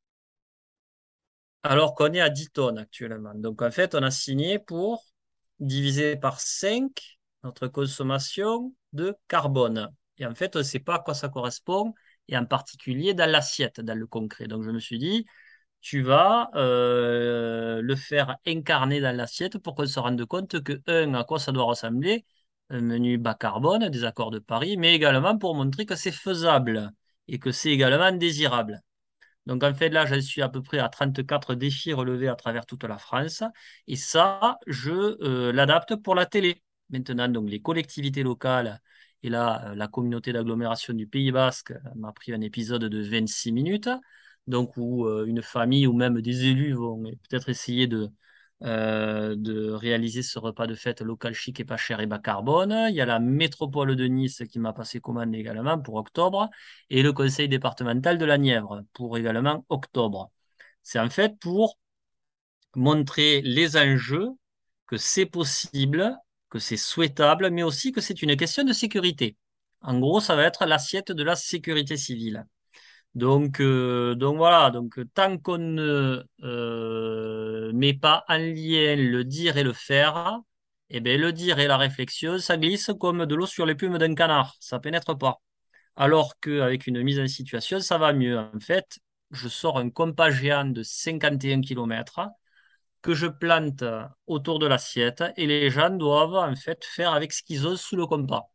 alors qu'on est à dix tonnes actuellement. Donc en fait, on a signé pour diviser par cinq notre consommation de carbone. Et en fait, on ne sait pas à quoi ça correspond, et en particulier dans l'assiette, dans le concret. Donc je me suis dit, tu vas euh, le faire incarner dans l'assiette pour qu'on se rende compte que, un, à quoi ça doit ressembler, un menu bas carbone, des accords de Paris, mais également pour montrer que c'est faisable et que c'est également désirable. Donc en fait, là, j'en suis à peu près à trente-quatre défis relevés à travers toute la France. Et ça, je euh, l'adapte pour la télé. maintenant donc les collectivités locales et là, la communauté d'agglomération du Pays Basque m'a pris un épisode de vingt-six minutes, donc où euh, une famille ou même des élus vont peut-être essayer de, euh, de réaliser ce repas de fête local chic et pas cher et bas carbone. Il y a la métropole de Nice qui m'a passé commande également pour octobre et le conseil départemental de la Nièvre pour également octobre. C'est en fait pour montrer les enjeux, que c'est possible, que c'est souhaitable, mais aussi que c'est une question de sécurité. En gros, ça va être l'assiette de la sécurité civile. Donc, euh, donc voilà, donc tant qu'on ne euh, met pas en lien le dire et le faire, eh bien, le dire et la réflexion, ça glisse comme de l'eau sur les plumes d'un canard, ça pénètre pas. Alors qu'avec une mise en situation, ça va mieux. En fait, je sors un compas géant de cinquante et un kilomètres que je plante autour de l'assiette et les gens doivent en fait faire avec ce qu'ils ont sous le compas.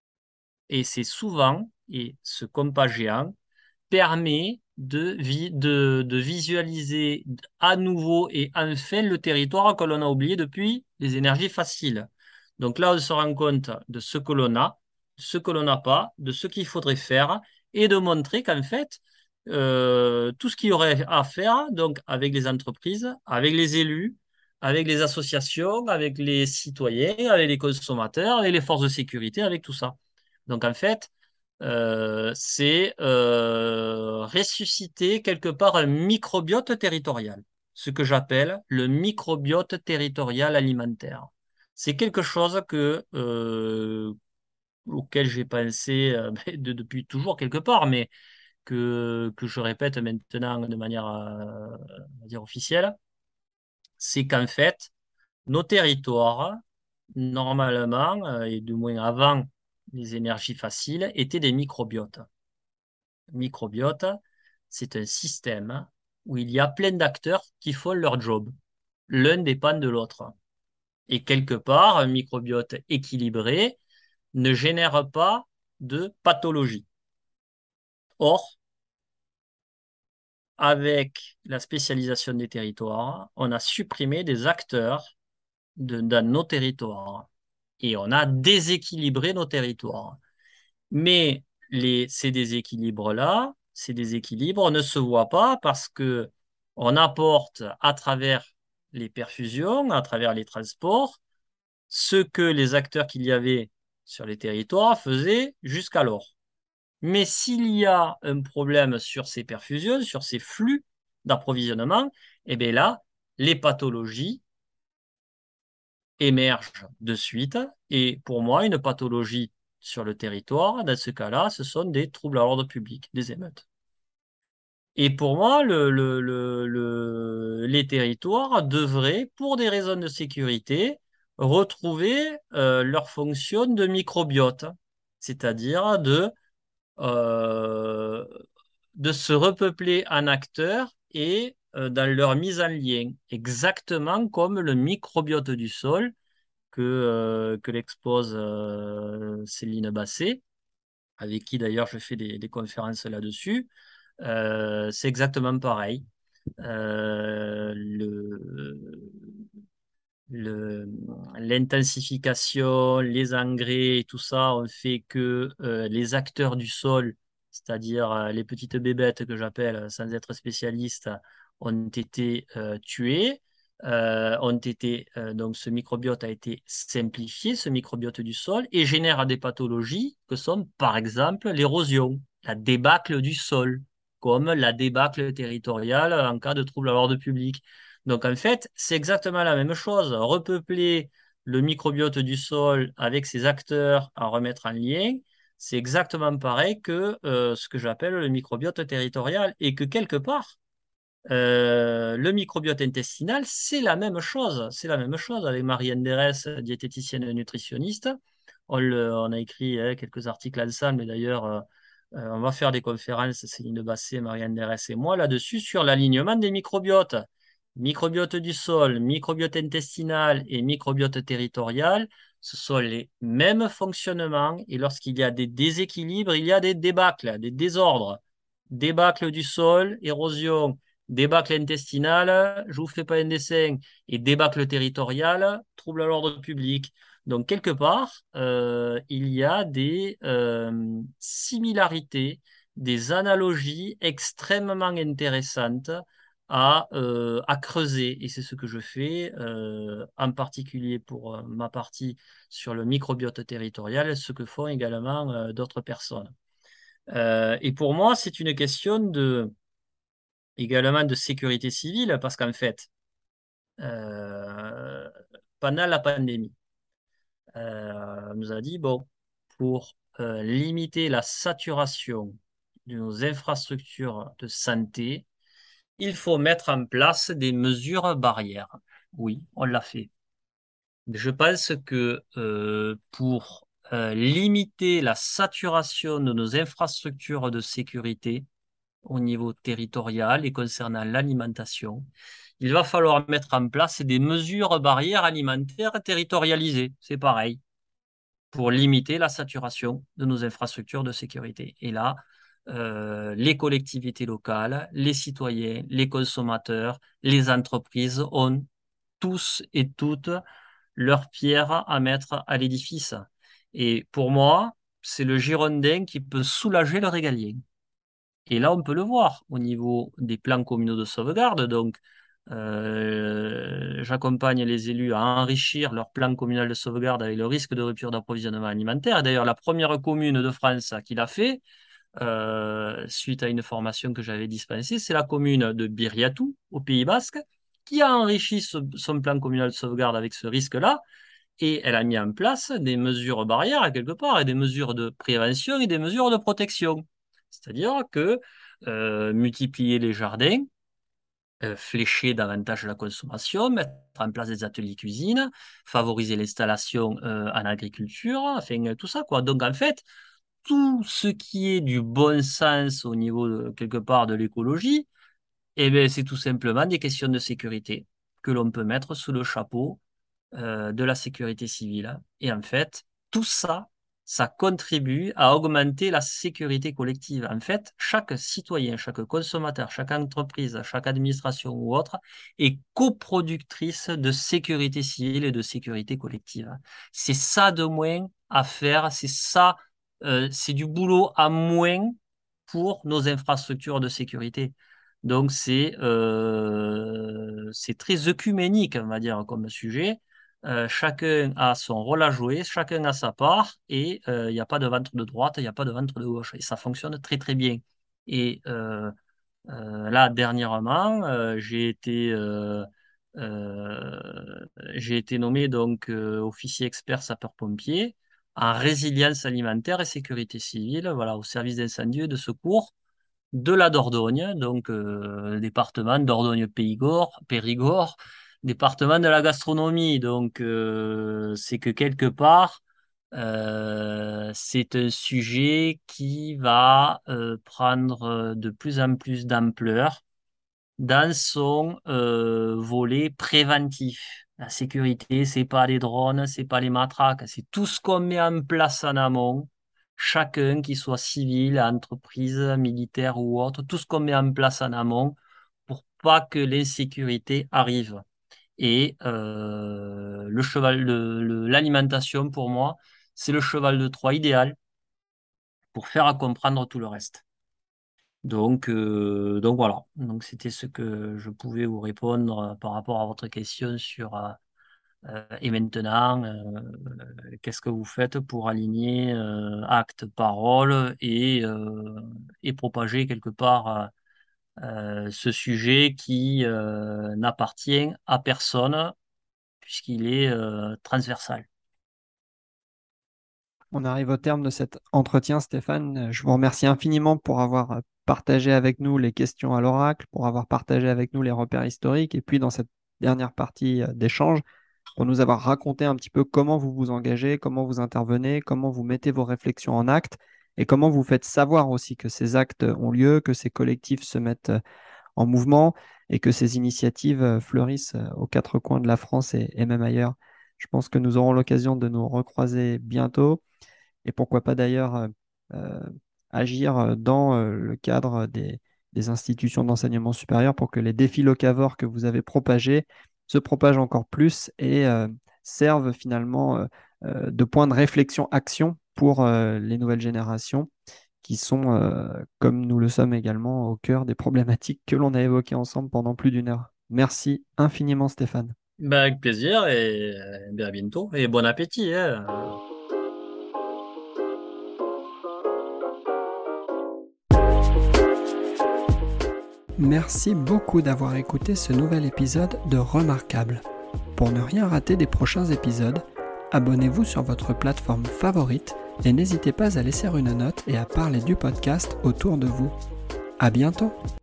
Et c'est souvent, et ce compas géant permet de, vi- de, de visualiser à nouveau et enfin le territoire que l'on a oublié depuis les énergies faciles. Donc là, on se rend compte de ce que l'on a, de ce que l'on n'a pas, de ce qu'il faudrait faire et de montrer qu'en fait, euh, tout ce qu'il y aurait à faire, donc avec les entreprises, avec les élus, avec les associations, avec les citoyens, avec les consommateurs, avec les forces de sécurité, avec tout ça. Donc en fait, euh, c'est euh, ressusciter quelque part un microbiote territorial, ce que j'appelle le microbiote territorial alimentaire. C'est quelque chose que, euh, auquel j'ai pensé euh, de- depuis toujours quelque part, mais que, que je répète maintenant de manière euh, on va dire officielle, c'est qu'en fait, nos territoires, normalement, euh, et du moins avant les énergies faciles, étaient des microbiotes. Microbiote, c'est un système où il y a plein d'acteurs qui font leur job. L'un dépend de l'autre. Et quelque part, un microbiote équilibré ne génère pas de pathologie. Or, avec la spécialisation des territoires, on a supprimé des acteurs de, dans nos territoires et on a déséquilibré nos territoires. Mais les, ces déséquilibres-là, ces déséquilibres ne se voient pas parce que on apporte à travers les perfusions, à travers les transports, ce que les acteurs qu'il y avait sur les territoires faisaient jusqu'alors. Mais s'il y a un problème sur ces perfusions, sur ces flux d'approvisionnement, eh bien là, les pathologies émergent de suite. Et pour moi, une pathologie sur le territoire, dans ce cas-là, ce sont des troubles à l'ordre public, des émeutes. Et pour moi, le, le- le- le- les territoires devraient, pour des raisons de sécurité, retrouver euh, leur fonction de microbiote, c'est-à-dire de, euh, de se repeupler en acteurs et euh, dans leur mise en lien, exactement comme le microbiote du sol que, euh, que l'expose euh, Céline Basset, avec qui d'ailleurs je fais des, des conférences là-dessus. Euh, c'est exactement pareil. Euh, le, le, l'intensification, les engrais, tout ça ont fait que euh, les acteurs du sol, c'est-à-dire euh, les petites bébêtes que j'appelle sans être spécialiste, ont été euh, tués. Euh, ont été, euh, donc ce microbiote a été simplifié, ce microbiote du sol, et génère des pathologies que sont par exemple l'érosion, la débâcle du sol, comme la débâcle territoriale en cas de trouble à l'ordre public. Donc en fait, c'est exactement la même chose. Repeupler le microbiote du sol avec ses acteurs à remettre en lien, c'est exactement pareil que euh, ce que j'appelle le microbiote territorial et que quelque part, euh, le microbiote intestinal, c'est la même chose. C'est la même chose avec Marianne Derès, diététicienne et nutritionniste. On, le- on a écrit hein, quelques articles ensemble et d'ailleurs, euh, euh, on va faire des conférences, Céline Basset, Marianne Derès et moi, là-dessus, sur l'alignement des microbiotes. Microbiote du sol, microbiote intestinal et microbiote territorial, ce sont les mêmes fonctionnements et lorsqu'il y a des déséquilibres, il y a des débâcles, des désordres. Débâcle du sol, érosion, débâcle intestinal, je vous fais pas un dessin, et débâcle territorial, trouble à l'ordre public. Donc, quelque part, euh, il y a des euh, similarités, des analogies extrêmement intéressantes à, euh, à creuser. Et c'est ce que je fais, euh, en particulier pour euh, ma partie sur le microbiote territorial, ce que font également euh, d'autres personnes. Euh, et pour moi, c'est une question de, également de sécurité civile, parce qu'en fait, euh, pendant la pandémie, euh, on nous a dit, bon, pour euh, limiter la saturation de nos infrastructures de santé, il faut mettre en place des mesures barrières. Oui, on l'a fait. Je pense que euh, pour euh, limiter la saturation de nos infrastructures de sécurité au niveau territorial et concernant l'alimentation, il va falloir mettre en place des mesures barrières alimentaires territorialisées. C'est pareil pour limiter la saturation de nos infrastructures de sécurité. Et là, euh, les collectivités locales, les citoyens, les consommateurs, les entreprises ont tous et toutes leur pierre à mettre à l'édifice. Et pour moi, c'est le Girondin qui peut soulager le régalien. Et là, on peut le voir au niveau des plans communaux de sauvegarde. Donc, euh, j'accompagne les élus à enrichir leur plan communal de sauvegarde avec le risque de rupture d'approvisionnement alimentaire. Et d'ailleurs, la première commune de France qui l'a fait, euh, suite à une formation que j'avais dispensée, c'est la commune de Biriatou, au Pays Basque, qui a enrichi ce- son plan communal de sauvegarde avec ce risque-là. Et elle a mis en place des mesures barrières, quelque part, et des mesures de prévention et des mesures de protection. C'est-à-dire que euh, multiplier les jardins, euh, flécher davantage la consommation, mettre en place des ateliers cuisine, favoriser l'installation euh, en agriculture, enfin tout ça, quoi. Donc en fait, tout ce qui est du bon sens au niveau de, quelque part de l'écologie, eh bien, c'est tout simplement des questions de sécurité que l'on peut mettre sous le chapeau euh, de la sécurité civile. Et en fait, tout ça, ça contribue à augmenter la sécurité collective. En fait, chaque citoyen, chaque consommateur, chaque entreprise, chaque administration ou autre est coproductrice de sécurité civile et de sécurité collective. C'est ça de moins à faire, c'est ça, euh, c'est du boulot à moins pour nos infrastructures de sécurité. Donc c'est euh, c'est très œcuménique, on va dire, comme sujet. Euh, chacun a son rôle à jouer, chacun a sa part, et euh, il n'y a pas de ventre de droite, il n'y a pas de ventre de gauche. Et ça fonctionne très très bien. Et euh, euh, là, dernièrement, euh, j'ai été, euh, euh, j'ai été nommé donc euh, officier expert sapeur-pompier en résilience alimentaire et sécurité civile, voilà, au service d'incendie et de secours de la Dordogne, donc euh, département Dordogne-Périgord, Périgord, département de la gastronomie. Donc euh, c'est que quelque part, euh, c'est un sujet qui va euh, prendre de plus en plus d'ampleur dans son euh, volet préventif. La sécurité, c'est pas les drones, c'est pas les matraques, c'est tout ce qu'on met en place en amont, chacun, qu'il soit civil, entreprise, militaire ou autre, tout ce qu'on met en place en amont pour pas que l'insécurité arrive. Et euh, le cheval, le- le- l'alimentation, pour moi, c'est le cheval de Troie idéal pour faire comprendre tout le reste. Donc, euh, donc voilà. Donc c'était ce que je pouvais vous répondre euh, par rapport à votre question sur euh, euh, et maintenant, euh, qu'est-ce que vous faites pour aligner euh, acte, parole et, euh, et propager quelque part euh, euh, ce sujet qui euh, n'appartient à personne puisqu'il est euh, transversal. On arrive au terme de cet entretien, Stéphane. Je vous remercie infiniment pour avoir euh, partagé avec nous les questions à l'oracle, pour avoir partagé avec nous les repères historiques, et puis dans cette dernière partie euh, d'échange, pour nous avoir raconté un petit peu comment vous vous engagez, comment vous intervenez, comment vous mettez vos réflexions en acte, et comment vous faites savoir aussi que ces actes ont lieu, que ces collectifs se mettent euh, en mouvement, et que ces initiatives euh, fleurissent euh, aux quatre coins de la France et, et même ailleurs. Je pense que nous aurons l'occasion de nous recroiser bientôt et pourquoi pas d'ailleurs euh, euh, agir euh, dans euh, le cadre des, des institutions d'enseignement supérieur pour que les défis locavores que vous avez propagés se propagent encore plus et euh, servent finalement euh, euh, de point de réflexion-action pour euh, les nouvelles générations qui sont, euh, comme nous le sommes également, au cœur des problématiques que l'on a évoquées ensemble pendant plus d'une heure. Merci infiniment, Stéphane. Ben, avec plaisir et euh, ben, à bientôt. Et bon appétit, hein. Merci beaucoup d'avoir écouté ce nouvel épisode de Remarquable. Pour ne rien rater des prochains épisodes, abonnez-vous sur votre plateforme favorite et n'hésitez pas à laisser une note et à parler du podcast autour de vous. À bientôt!